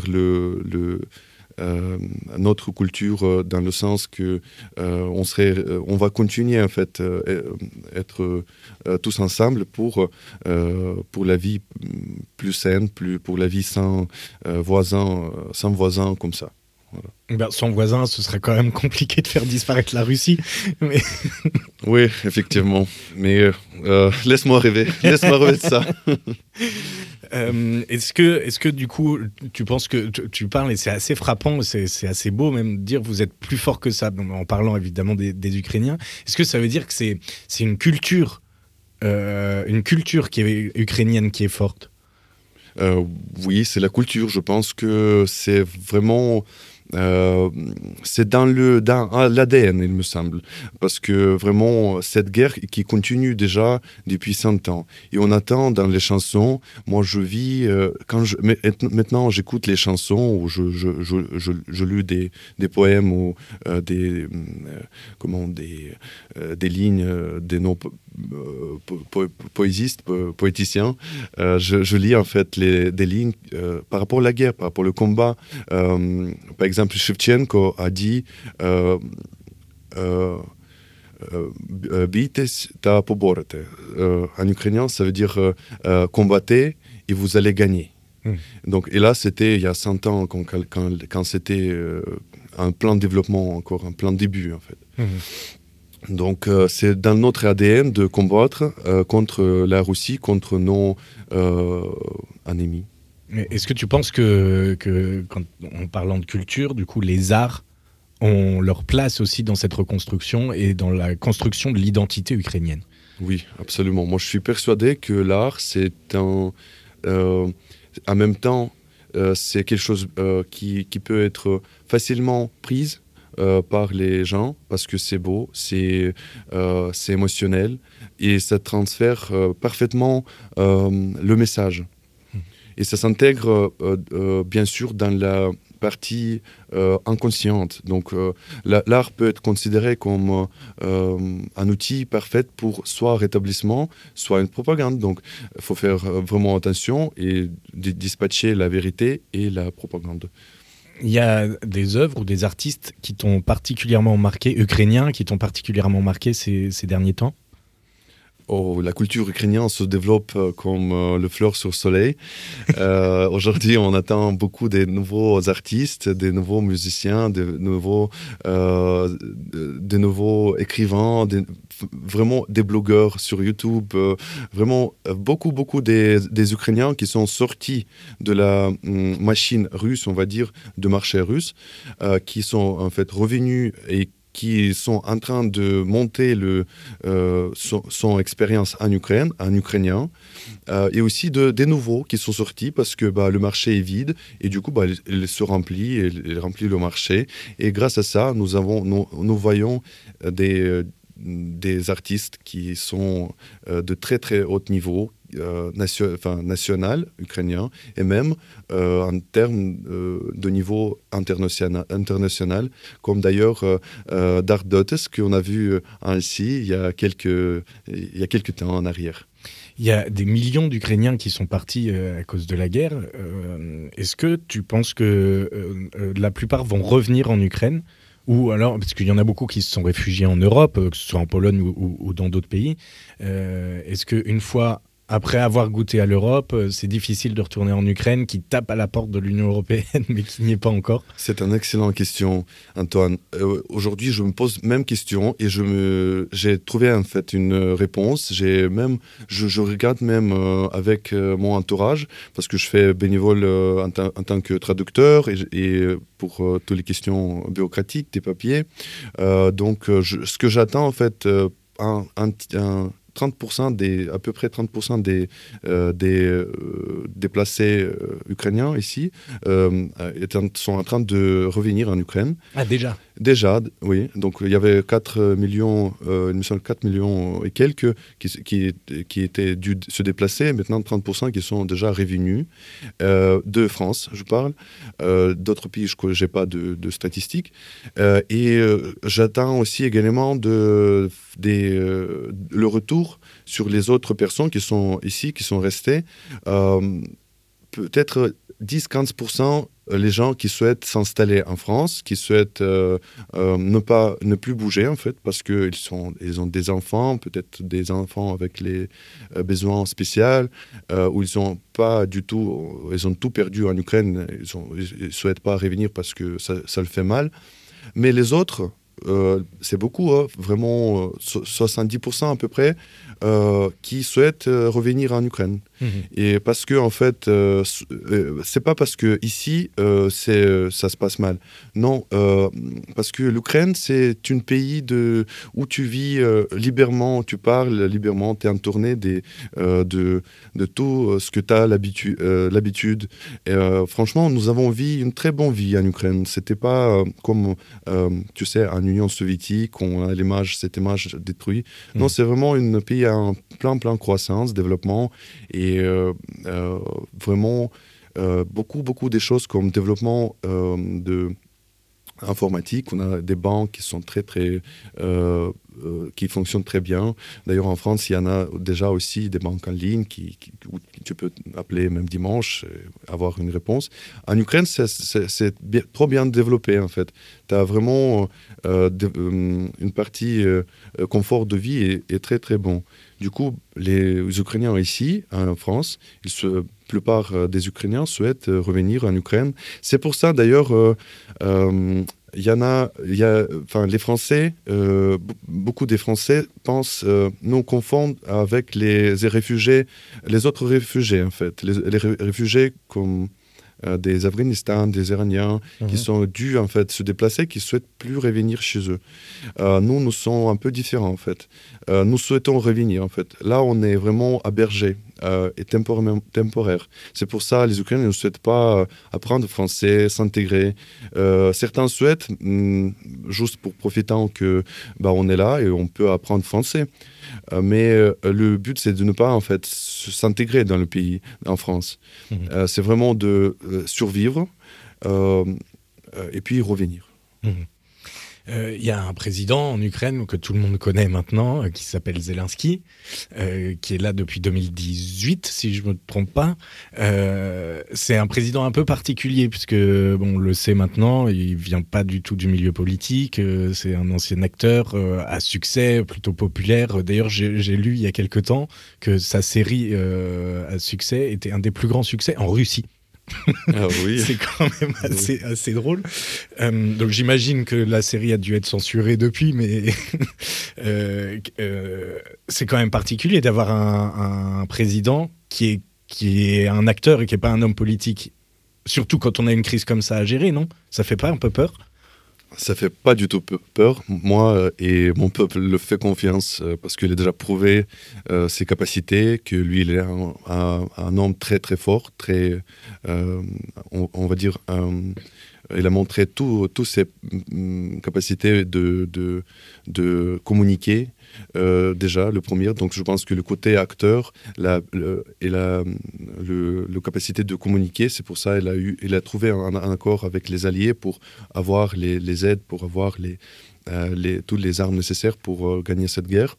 B: notre culture, dans le sens que on va continuer, en fait, être tous ensemble pour la vie plus saine, pour la vie sans voisins comme ça. Voilà.
A: Sans voisins, ce serait quand même compliqué de faire disparaître la Russie. Mais...
B: Oui, effectivement. Mais laisse-moi rêver de ça.
A: Est-ce que du coup, tu penses que tu parles, et c'est assez frappant, c'est assez beau même de dire vous êtes plus fort que ça, en parlant évidemment des Ukrainiens. Est-ce que ça veut dire que c'est une culture qui est ukrainienne qui est forte?
B: Oui, c'est la culture. Je pense que c'est vraiment... c'est dans l'ADN, il me semble, parce que vraiment cette guerre qui continue déjà depuis 100 ans, et on attend dans les chansons. Moi je vis maintenant j'écoute les chansons, ou je lis des poèmes, ou des lignes de nos poéticiens. Je lis en fait des lignes par rapport à la guerre, par rapport au combat. Par exemple, Shevchenko a dit «Bites ta poborete». En ukrainien, ça veut dire combattez et vous allez gagner. Donc, et là, c'était il y a 100 ans, quand c'était un plan de développement, encore un plan de début, en fait. Donc, c'est dans notre ADN de combattre contre la Russie, contre nos ennemis.
A: Est-ce que tu penses que quand, en parlant de culture, du coup, les arts ont leur place aussi dans cette reconstruction et dans la construction de l'identité ukrainienne?
B: Oui, absolument. Moi, je suis persuadé que l'art, c'est en même temps, c'est quelque chose qui peut être facilement prise par les gens, parce que c'est beau, c'est émotionnel, et ça transfère parfaitement le message. Et ça s'intègre bien sûr dans la partie inconsciente. Donc l'art peut être considéré comme un outil parfait pour soit rétablissement, soit une propagande. Donc il faut faire vraiment attention et dispatcher la vérité et la propagande.
A: Il y a des œuvres ou des artistes qui t'ont particulièrement marqué, ukrainiens, qui t'ont particulièrement marqué ces derniers temps?
B: La culture ukrainienne se développe comme le fleur sur le soleil. Aujourd'hui, on attend beaucoup de nouveaux artistes, des nouveaux musiciens, de nouveaux écrivains, vraiment des blogueurs sur YouTube. Vraiment beaucoup des Ukrainiens qui sont sortis de la machine russe, on va dire, de marché russe, qui sont en fait revenus et qui sont en train de monter son expérience en Ukraine, en ukrainien, et aussi des nouveaux qui sont sortis parce que le marché est vide et du coup il se remplit, il remplit le marché. Et grâce à ça, nous voyons des artistes qui sont de très très haut niveau, national, ukrainien, et même en termes de niveau international, comme d'ailleurs Dark Dotes qu'on a vu ainsi il y a quelques temps en arrière.
A: Il y a des millions d'Ukrainiens qui sont partis à cause de la guerre. Est-ce que tu penses que la plupart vont revenir en Ukraine ? Ou alors, parce qu'il y en a beaucoup qui se sont réfugiés en Europe, que ce soit en Pologne ou dans d'autres pays. Est-ce qu'une fois, après avoir goûté à l'Europe, c'est difficile de retourner en Ukraine, qui tape à la porte de l'Union européenne, mais qui n'y est pas encore ?
B: C'est une excellente question, Antoine. Aujourd'hui, je me pose même question et j'ai trouvé en fait une réponse. Je regarde même avec mon entourage, parce que je fais bénévole en tant que traducteur et pour toutes les questions bureaucratiques, des papiers. Donc, ce que j'attends en fait, à peu près 30% des déplacés ukrainiens ici sont en train de revenir en Ukraine.
A: Ah, déjà ?
B: Déjà, oui. Donc, il y avait 4 millions, il me semble 4 millions et quelques qui étaient dû se déplacer. Maintenant, 30% qui sont déjà revenus. De France, je parle. D'autres pays, je n'ai pas de statistiques. Et j'attends aussi également le retour sur les autres personnes qui sont ici, qui sont restées. Peut-être 10-15% les gens qui souhaitent s'installer en France, qui souhaitent ne plus bouger en fait, parce qu'ils ont des enfants, peut-être des enfants avec les besoins spéciaux, ou ils ont tout perdu en Ukraine, ils souhaitent pas revenir parce que ça le fait mal. Mais les autres, c'est beaucoup, vraiment 70% à peu près, qui souhaitent revenir en Ukraine. Mmh. Et parce que, en fait, c'est pas parce que ici, ça se passe mal. Non, parce que l'Ukraine, c'est un pays où tu vis librement, tu parles librement, tu es entourné de tout ce que tu as l'habitude. Franchement, nous avons vécu une très bonne vie en Ukraine. C'était pas comme, tu sais, en Union soviétique, on a cette image détruite. Mmh. Non, c'est vraiment un pays en plein croissance, développement, et vraiment beaucoup des choses comme développement informatique. On a des banques qui sont qui fonctionnent très bien. D'ailleurs, en France, il y en a déjà aussi des banques en ligne où tu peux appeler même dimanche, avoir une réponse. En Ukraine, c'est trop bien développé, en fait. Tu as vraiment une partie confort de vie est très, très bon. Du coup, les Ukrainiens ici, en France, la plupart des Ukrainiens souhaitent revenir en Ukraine. C'est pour ça, d'ailleurs, les Français, beaucoup des Français nous confondent avec les autres réfugiés, en fait. Les réfugiés comme des Afghanistan, des Iraniens, qui sont dû en fait se déplacer, qui souhaitent plus revenir chez eux. Nous sommes un peu différents en fait. Nous souhaitons revenir en fait. Là, on est vraiment hébergés et temporaire. C'est pour ça les Ukrainiens ne souhaitent pas apprendre français, s'intégrer. Certains souhaitent juste pour profitant que on est là et on peut apprendre français. Mais le but, c'est de ne pas en fait s'intégrer dans le pays, en France. C'est vraiment de survivre et puis revenir.
A: Il y a un président en Ukraine que tout le monde connaît maintenant, qui s'appelle Zelensky, qui est là depuis 2018, si je ne me trompe pas. C'est un président un peu particulier, puisque, on le sait maintenant, il ne vient pas du tout du milieu politique. C'est un ancien acteur à succès, plutôt populaire. D'ailleurs, j'ai lu il y a quelque temps que sa série à succès était un des plus grands succès en Russie.
B: Ah oui.
A: C'est quand même assez drôle. Donc j'imagine que la série a dû être censurée depuis, mais c'est quand même particulier d'avoir un président qui est un acteur et qui n'est pas un homme politique. Surtout quand on a une crise comme ça à gérer, non ? Ça fait pas un peu peur ?
B: Ça fait pas du tout peur. Moi et mon peuple le fait confiance parce qu'il a déjà prouvé ses capacités, que lui, il est un homme très très fort, très, on va dire, il a montré toutes ses capacités de communiquer. Déjà, le premier. Donc, je pense que le côté acteur et la capacité de communiquer, c'est pour ça il a trouvé un accord avec les alliés pour avoir les aides, pour avoir toutes les armes nécessaires pour gagner cette guerre.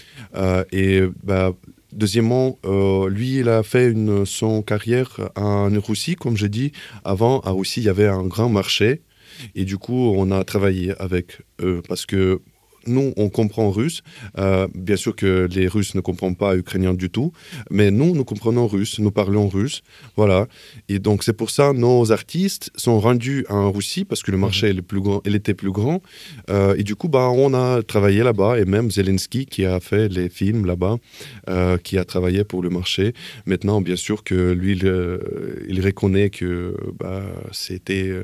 B: Deuxièmement, lui, il a fait son carrière en Russie, comme j'ai dit. Avant, en Russie, il y avait un grand marché. Et du coup, on a travaillé avec eux parce que nous, on comprend russe. Bien sûr que les Russes ne comprennent pas ukrainien du tout, mais nous comprenons russe, nous parlons russe. Voilà. Et donc, c'est pour ça que nos artistes sont rendus en Russie parce que le marché il était plus grand. Et du coup, on a travaillé là-bas. Et même Zelensky, qui a fait les films là-bas, qui a travaillé pour le marché. Maintenant, bien sûr que lui, il reconnaît que c'était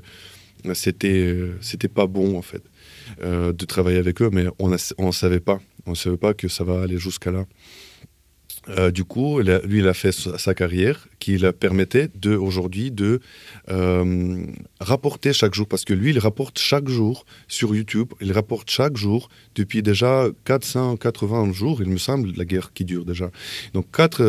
B: pas bon, en fait. De travailler avec eux, mais on ne savait pas. On ne savait pas que ça va aller jusqu'à là. Du coup, lui, il a fait sa carrière qui lui permettait aujourd'hui de rapporter chaque jour, parce que lui, il rapporte chaque jour sur YouTube, il rapporte chaque jour depuis déjà 480 jours, il me semble, la guerre qui dure déjà. Donc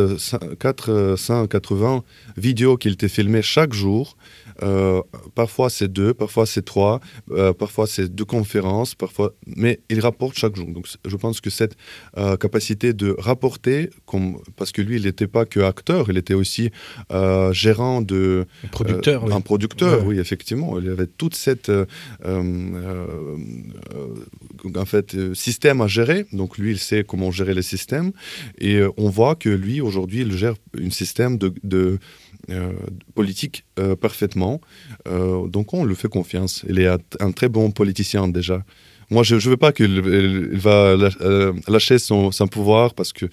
B: 480 vidéos qu'il était filmées chaque jour. Parfois c'est 2, parfois c'est 3, parfois c'est 2 conférences, mais il rapporte chaque jour. Donc je pense que cette capacité de rapporter, parce que lui il n'était pas que acteur, il était aussi gérant de...
A: Producteur, oui.
B: Un producteur,
A: ouais.
B: Oui, effectivement. Il avait toute cette système à gérer. Donc lui il sait comment gérer les systèmes. Et on voit que lui aujourd'hui il gère un système de politique parfaitement. Donc on lui fait confiance. Il est un très bon politicien déjà. Moi, je ne veux pas qu'il va lâcher son pouvoir parce que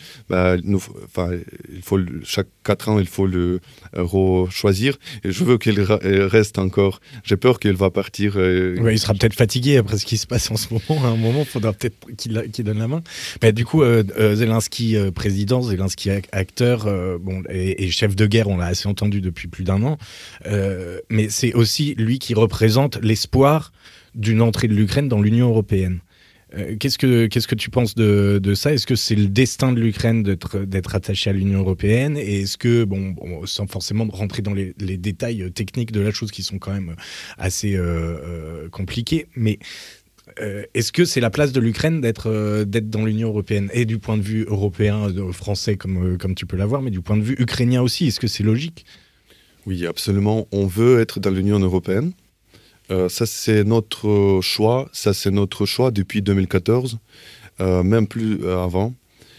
B: il faut, chaque 4 ans, il faut le choisir. Et je veux qu'il reste encore. J'ai peur qu'il va partir.
A: Ouais, il sera peut-être fatigué après ce qui se passe en ce moment. À un moment, il faudra peut-être qu'il donne la main. Mais du coup, Zelensky président, Zelensky acteur et chef de guerre, on l'a assez entendu depuis plus d'1 an. Mais c'est aussi lui qui représente l'espoir d'une entrée de l'Ukraine dans l'Union européenne. Qu'est-ce que tu penses de ça ? Est-ce que c'est le destin de l'Ukraine d'être attachée à l'Union européenne ? Et est-ce que, sans forcément rentrer dans les détails techniques de la chose qui sont quand même assez compliqués, mais est-ce que c'est la place de l'Ukraine d'être dans l'Union européenne ? Et du point de vue européen, français, comme tu peux l'avoir, mais du point de vue ukrainien aussi, est-ce que c'est logique ?
B: Oui, absolument. On veut être dans l'Union européenne. Ça, c'est notre choix. Ça, c'est notre choix depuis 2014, même plus avant.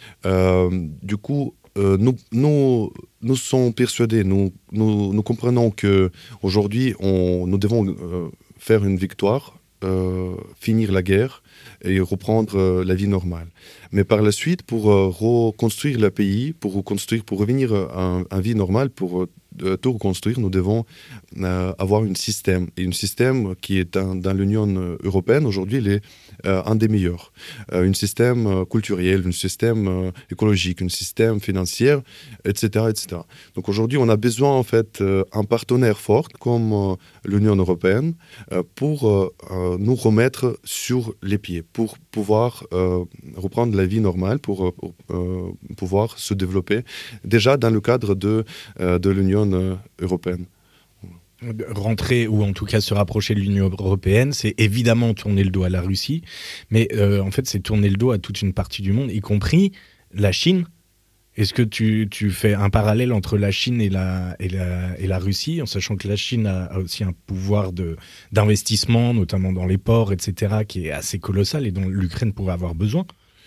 B: Du coup, nous sommes persuadés, nous comprenons qu'aujourd'hui, nous devons faire une victoire, finir la guerre et reprendre la vie normale. Mais par la suite, pour reconstruire le pays, pour revenir à une vie normale, pour tout reconstruire, nous devons avoir un système. Et un système qui est dans l'Union européenne, aujourd'hui, il est un des meilleurs. Un système culturel, un système écologique, un système financier, etc., etc. Donc aujourd'hui, on a besoin, en fait, d'un partenaire fort comme l'Union européenne pour nous remettre sur les pieds, pour pouvoir reprendre la vie normale, pour pouvoir se développer déjà dans le cadre de l'Union européenne.
A: Rentrer, ou en tout cas se rapprocher de l'Union européenne, c'est évidemment tourner le dos à la Russie, mais en fait c'est tourner le dos à toute une partie du monde, y compris la Chine. Est-ce que tu fais un parallèle entre la Chine et la Russie, en sachant que la Chine a aussi un pouvoir d'investissement, notamment dans les ports, etc., qui est assez colossal et dont l'Ukraine pourrait avoir besoin ?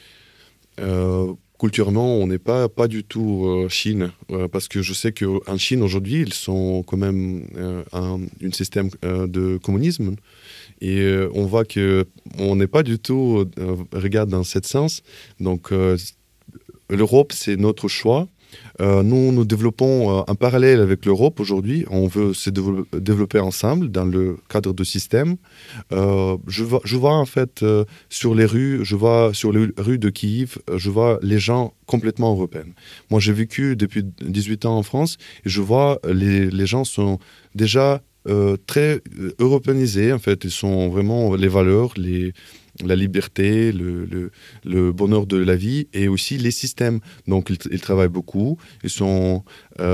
B: Culturellement, on n'est pas du tout Chine, parce que je sais qu'en Chine, aujourd'hui, ils sont quand même un système de communisme. Et on voit qu'on n'est pas du tout regarde dans ce sens. Donc, l'Europe, c'est notre choix. Nous développons un parallèle avec l'Europe aujourd'hui. On veut se développer ensemble dans le cadre de système. Je vois en fait sur les rues de Kiev, je vois les gens complètement européens. Moi, j'ai vécu depuis 18 ans en France et je vois les gens sont déjà très européanisés. En fait, ils sont vraiment les valeurs, la liberté, le bonheur de la vie et aussi les systèmes. Donc, ils travaillent beaucoup. Ils sont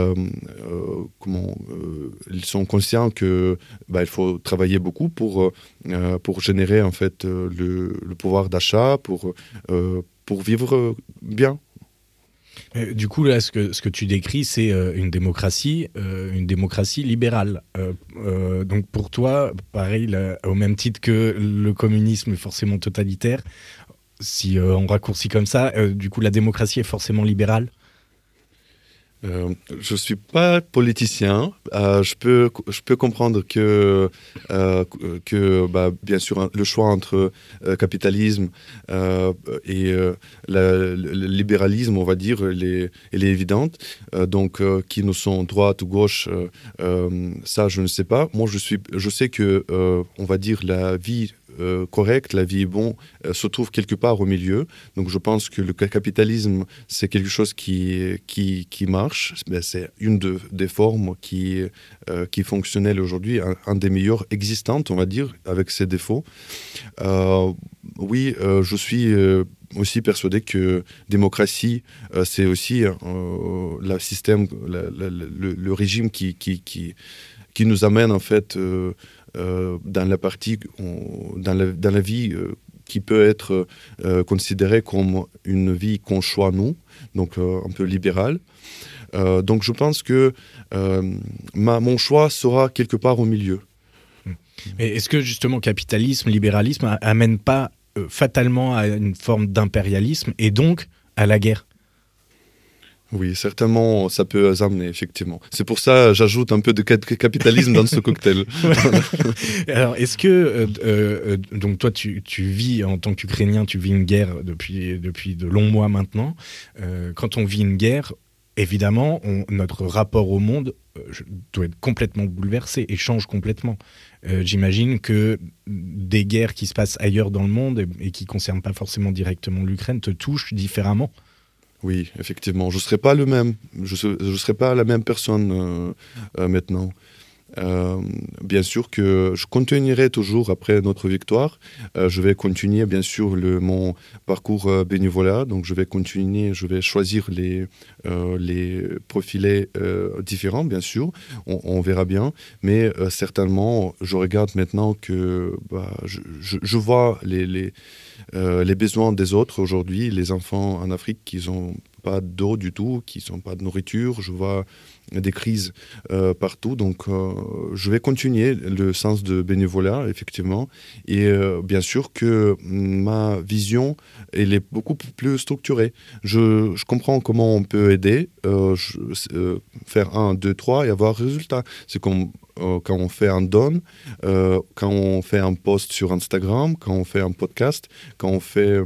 B: conscients que il faut travailler beaucoup pour générer en fait le pouvoir d'achat, pour vivre bien.
A: Du coup, là, ce que tu décris, c'est une démocratie libérale. Donc pour toi, pareil, là, au même titre que le communisme est forcément totalitaire, si on raccourcit comme ça, du coup, la démocratie est forcément libérale.
B: Je ne suis pas politicien. Je peux comprendre que bien sûr, le choix entre capitalisme et le libéralisme, on va dire, elle est évidente. Donc, qui nous sont droite ou gauche, ça, je ne sais pas. Moi, je sais que, on va dire, la vie correcte, la vie bonne, se trouve quelque part au milieu. Donc je pense que le capitalisme, c'est quelque chose qui marche. C'est une des formes qui est fonctionnelle aujourd'hui, un des meilleures existantes, on va dire, avec ses défauts. Oui, je suis aussi persuadé que démocratie, c'est aussi le système, le régime qui nous amène en fait dans la partie, dans la vie qui peut être considérée comme une vie qu'on choisit nous, donc un peu libérale. Donc je pense que mon choix sera quelque part au milieu.
A: Mais est-ce que justement capitalisme, libéralisme amène pas fatalement à une forme d'impérialisme et donc à la guerre ?
B: Oui, certainement, ça peut amener, effectivement. C'est pour ça que j'ajoute un peu de capitalisme dans ce cocktail.
A: Alors, est-ce que, donc toi, tu vis, en tant qu'Ukrainien, tu vis une guerre depuis de longs mois maintenant. Quand on vit une guerre, évidemment, notre rapport au monde doit être complètement bouleversé et change complètement. J'imagine que des guerres qui se passent ailleurs dans le monde et qui ne concernent pas forcément directement l'Ukraine te touchent différemment.
B: Oui, effectivement. Je ne serai pas le même. Je serai pas la même personne maintenant. Bien sûr que je continuerai toujours après notre victoire. Je vais continuer, bien sûr, mon parcours bénévolat. Donc, je vais continuer, je vais choisir les profilés différents, bien sûr. On verra bien. Mais certainement, je regarde maintenant que je vois les besoins des autres aujourd'hui, les enfants en Afrique qui n'ont pas d'eau du tout, qui n'ont pas de nourriture. Je vois des crises partout. Donc, je vais continuer le sens de bénévolat, effectivement. Et bien sûr que ma vision, elle est beaucoup plus structurée. Je comprends comment on peut aider, faire 1, 2, 3 et avoir résultat. C'est comme quand on fait un don, quand on fait un post sur Instagram, quand on fait un podcast, quand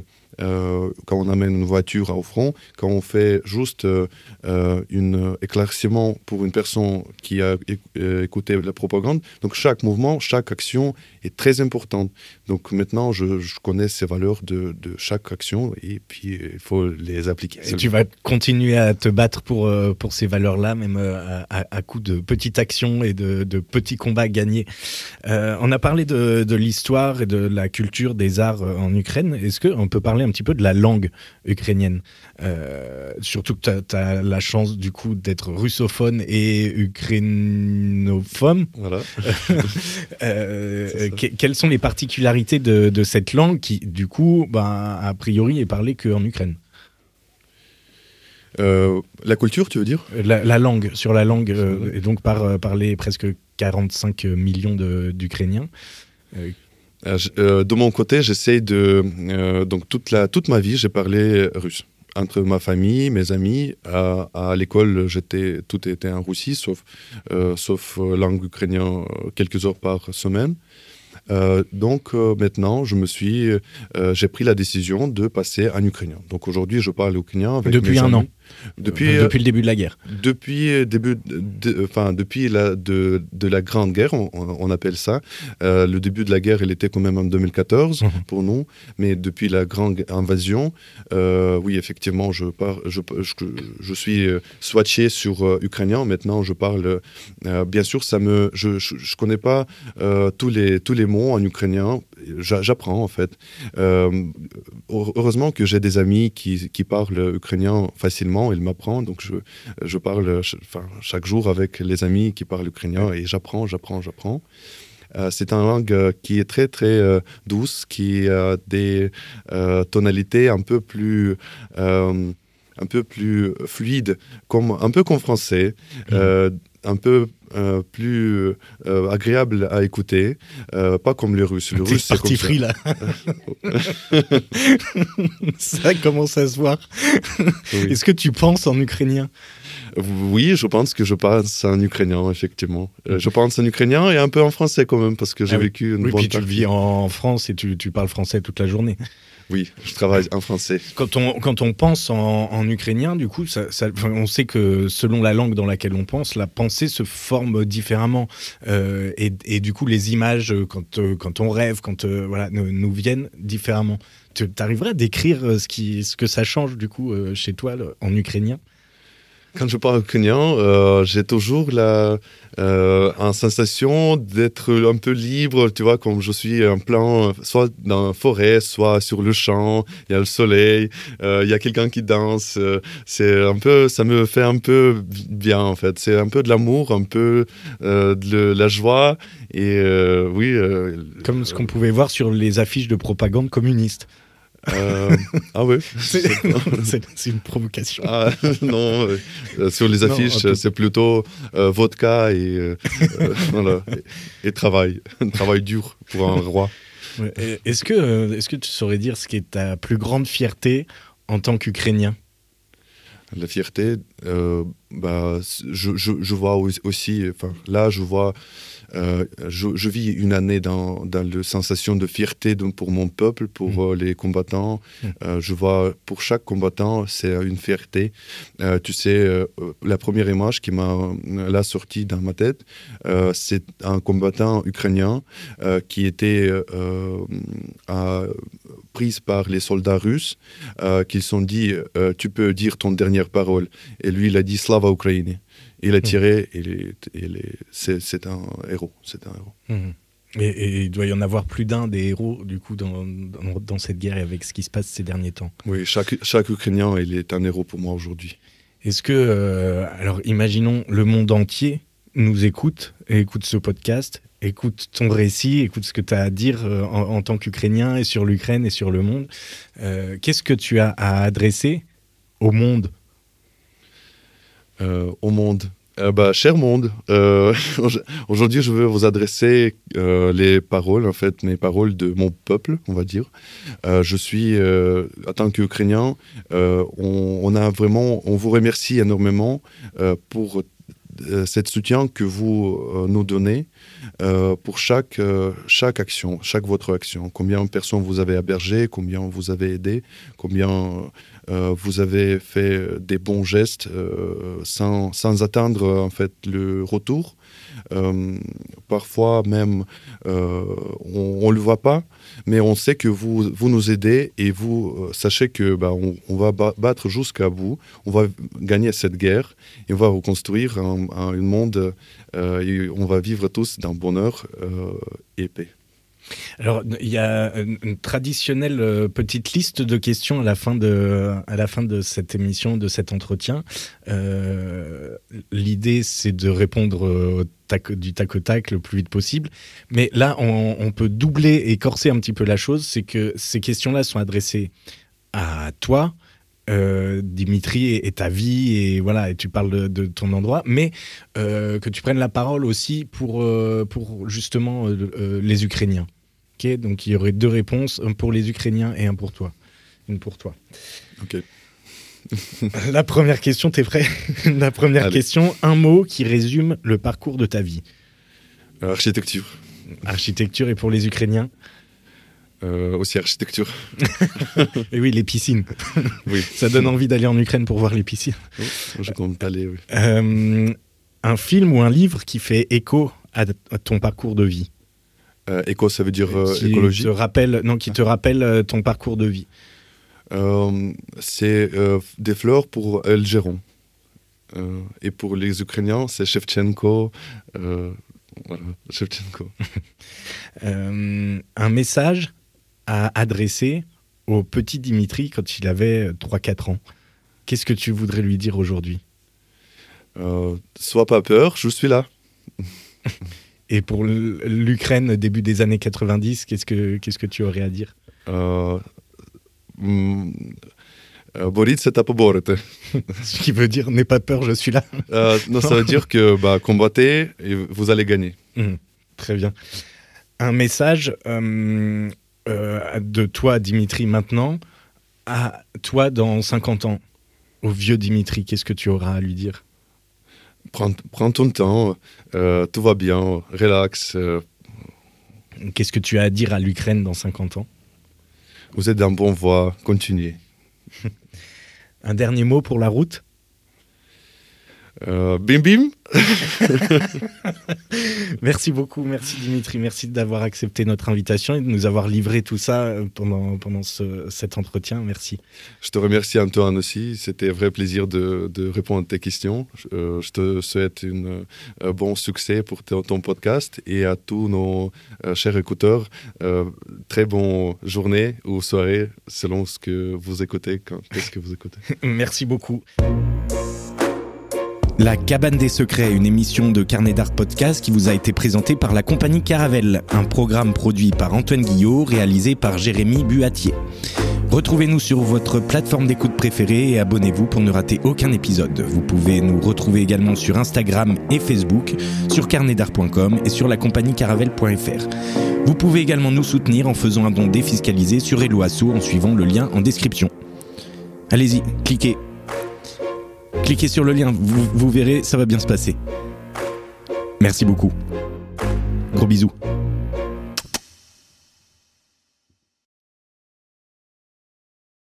B: on amène une voiture au front, quand on fait juste un éclaircissement pour une personne qui a écouté la propagande. Donc chaque mouvement, chaque action est très importante. Donc maintenant, je connais ces valeurs de chaque action et puis il faut les appliquer.
A: Et tu vas continuer à te battre pour ces valeurs-là, même à coup de petites actions et de petits combats gagnés. On a parlé de l'histoire et de la culture des arts en Ukraine. Est-ce qu'on peut parler un petit peu de la langue ukrainienne, surtout que tu as la chance du coup d'être russophone et ukrainophone.
B: Voilà.
A: Quelles sont les particularités de cette langue qui du coup a priori est parlée qu'en Ukraine?
B: La culture, tu veux dire?
A: La langue, sur la langue, et donc par les presque 45 millions d'Ukrainiens.
B: De mon côté, j'essaie donc toute ma vie, j'ai parlé russe. Entre ma famille, mes amis, à l'école, tout était en Russie, sauf langue ukrainienne quelques heures par semaine. Donc maintenant, j'ai pris la décision de passer en ukrainien. Donc aujourd'hui, je parle ukrainien avec
A: Depuis
B: mes amis.
A: un an.
B: Depuis
A: le début de la guerre.
B: Depuis la Grande Guerre, on appelle ça. Le début de la guerre, il était quand même en 2014 pour nous, mais depuis la Grande Invasion, oui, effectivement, je suis swatché sur ukrainien. Maintenant, je parle. Bien sûr, je connais pas tous les mots en ukrainien. J'apprends en fait. Heureusement que j'ai des amis qui parlent ukrainien facilement. Ils m'apprennent, donc je parle chaque jour avec les amis qui parlent ukrainien et j'apprends. C'est une langue qui est très très douce, qui a des tonalités un peu plus fluides, un peu comme français. Un peu plus agréable à écouter, pas comme le russe. Le russe, c'est
A: parti free là. Ça commence à se voir. Oui. Est-ce que tu penses en ukrainien?
B: Oui, je pense que je pense en ukrainien, effectivement. Je pense en ukrainien et un peu en français quand même, parce que j'ai vécu une bonne
A: partie.
B: Tu
A: vis en France et tu parles français toute la journée.
B: Oui, je travaille en français.
A: Quand on pense en ukrainien, du coup, on sait que selon la langue dans laquelle on pense, la pensée se forme différemment. Et du coup, les images, quand on rêve, nous viennent différemment. Tu arriverais à décrire ce que ça change, du coup, chez toi, en ukrainien?
B: Quand je parle ukrainien, j'ai toujours une sensation d'être un peu libre, tu vois, comme je suis en plein, soit dans la forêt, soit sur le champ, il y a le soleil, il y a quelqu'un qui danse. Ça me fait un peu bien, en fait. C'est un peu de l'amour, un peu de la joie. Et oui.
A: Comme ce qu'on pouvait voir sur les affiches de propagande communiste.
B: Ah ouais.
A: C'est une provocation.
B: Ah, non, sur les affiches, c'est plutôt vodka et travail dur pour un roi.
A: Ouais. Est-ce que tu saurais dire ce qui est ta plus grande fierté en tant qu'Ukrainien?
B: La fierté, je vois aussi, là je vois, je vis une année dans la sensation de fierté pour mon peuple, pour les combattants. Je vois pour chaque combattant, c'est une fierté. Tu sais, la première image qui m'a là sortie dans ma tête, c'est un combattant ukrainien qui était prise par les soldats russes, qui se sont dit tu peux dire ton dernière parole. Et lui, il a dit Slava Ukraini. Il a tiré, c'est un héros. C'est un héros.
A: Et il doit y en avoir plus d'un des héros, du coup, dans cette guerre et avec ce qui se passe ces derniers temps.
B: Oui, chaque Ukrainien, il est un héros pour moi aujourd'hui.
A: Est-ce que, alors imaginons le monde entier nous écoute ce podcast, écoute ton récit, écoute ce que tu as à dire en tant qu'Ukrainien et sur l'Ukraine et sur le monde. Qu'est-ce que tu as à adresser au monde?
B: Au monde. Cher monde, aujourd'hui je veux vous adresser les paroles, en fait, mes paroles de mon peuple, on va dire. Je suis, en tant qu'Ukrainien, on vous remercie énormément pour cet soutien que vous nous donnez pour chaque action, votre action. Combien de personnes vous avez hébergées, combien vous avez aidé, combien vous avez fait des bons gestes sans attendre en fait le retour. Parfois même on ne le voit pas, mais on sait que vous nous aidez et vous sachez que on va battre jusqu'à bout, on va gagner cette guerre et on va reconstruire un monde et on va vivre tous dans bonheur et paix.
A: Alors, il y a une traditionnelle petite liste de questions à la fin de cette émission, de cet entretien. L'idée, c'est de répondre du tac au tac le plus vite possible. Mais là, on peut doubler et corser un petit peu la chose. C'est que ces questions-là sont adressées à toi, Dimitri, et ta vie, et voilà, et tu parles de ton endroit, mais que tu prennes la parole aussi pour justement les Ukrainiens. Okay, donc il y aurait deux réponses, un pour les Ukrainiens et un pour toi. Une pour toi.
B: Ok.
A: La première question, t'es prêt? La première question, un mot qui résume le parcours de ta vie.
B: Architecture.
A: Architecture, et pour les Ukrainiens?
B: Aussi architecture.
A: Et oui, les piscines.
B: Oui.
A: Ça donne envie d'aller en Ukraine pour voir les piscines.
B: Oui, je compte aller, oui.
A: Un film ou un livre qui fait écho à ton parcours de vie.
B: Éco, ça veut dire
A: Qui
B: écologie.
A: qui te rappelle ton parcours de vie.
B: C'est des fleurs pour El Géron. Et pour les Ukrainiens, c'est Shevchenko. Voilà, Shevchenko.
A: Un message à adresser au petit Dimitri quand il avait 3-4 ans. Qu'est-ce que tu voudrais lui dire aujourd'hui ?
B: Sois pas peur, je suis là.
A: Et pour l'Ukraine début des années 90, qu'est-ce que tu aurais à dire ?
B: Боріться та поборете.
A: Ce qui veut dire n'aie pas peur, je suis là.
B: Non, ça veut dire que combattez et vous allez gagner.
A: Très bien. Un message de toi, Dimitri, maintenant, à toi dans 50 ans, au vieux Dimitri, qu'est-ce que tu auras à lui dire ?
B: Prends ton temps, tout va bien, relax.
A: Qu'est-ce que tu as à dire à l'Ukraine dans 50 ans ?
B: Vous êtes dans bonne voie, continuez.
A: Un dernier mot pour la route ?
B: Bim bim.
A: Merci beaucoup, merci Dimitri, merci d'avoir accepté notre invitation et de nous avoir livré tout ça pendant cet entretien, merci.
B: Je te remercie Antoine aussi, c'était un vrai plaisir de répondre à tes questions. Je te souhaite un bon succès pour ton podcast et à tous nos chers écouteurs, très bonne journée ou soirée selon ce que vous écoutez, qu'est-ce que vous écoutez.
A: Merci beaucoup. La Cabane des Secrets, une émission de Carnet d'Art Podcast qui vous a été présentée par la compagnie Caravelle, un programme produit par Antoine Guillot, réalisé par Jérémy Buatier. Retrouvez-nous sur votre plateforme d'écoute préférée et abonnez-vous pour ne rater aucun épisode. Vous pouvez nous retrouver également sur Instagram et Facebook, sur carnetdart.com et sur lacompagniecaravelle.fr. Vous pouvez également nous soutenir en faisant un don défiscalisé sur Hello Asso en suivant le lien en description. Allez-y, cliquez. Cliquez sur le lien, vous verrez, ça va bien se passer. Merci beaucoup. Gros bisous.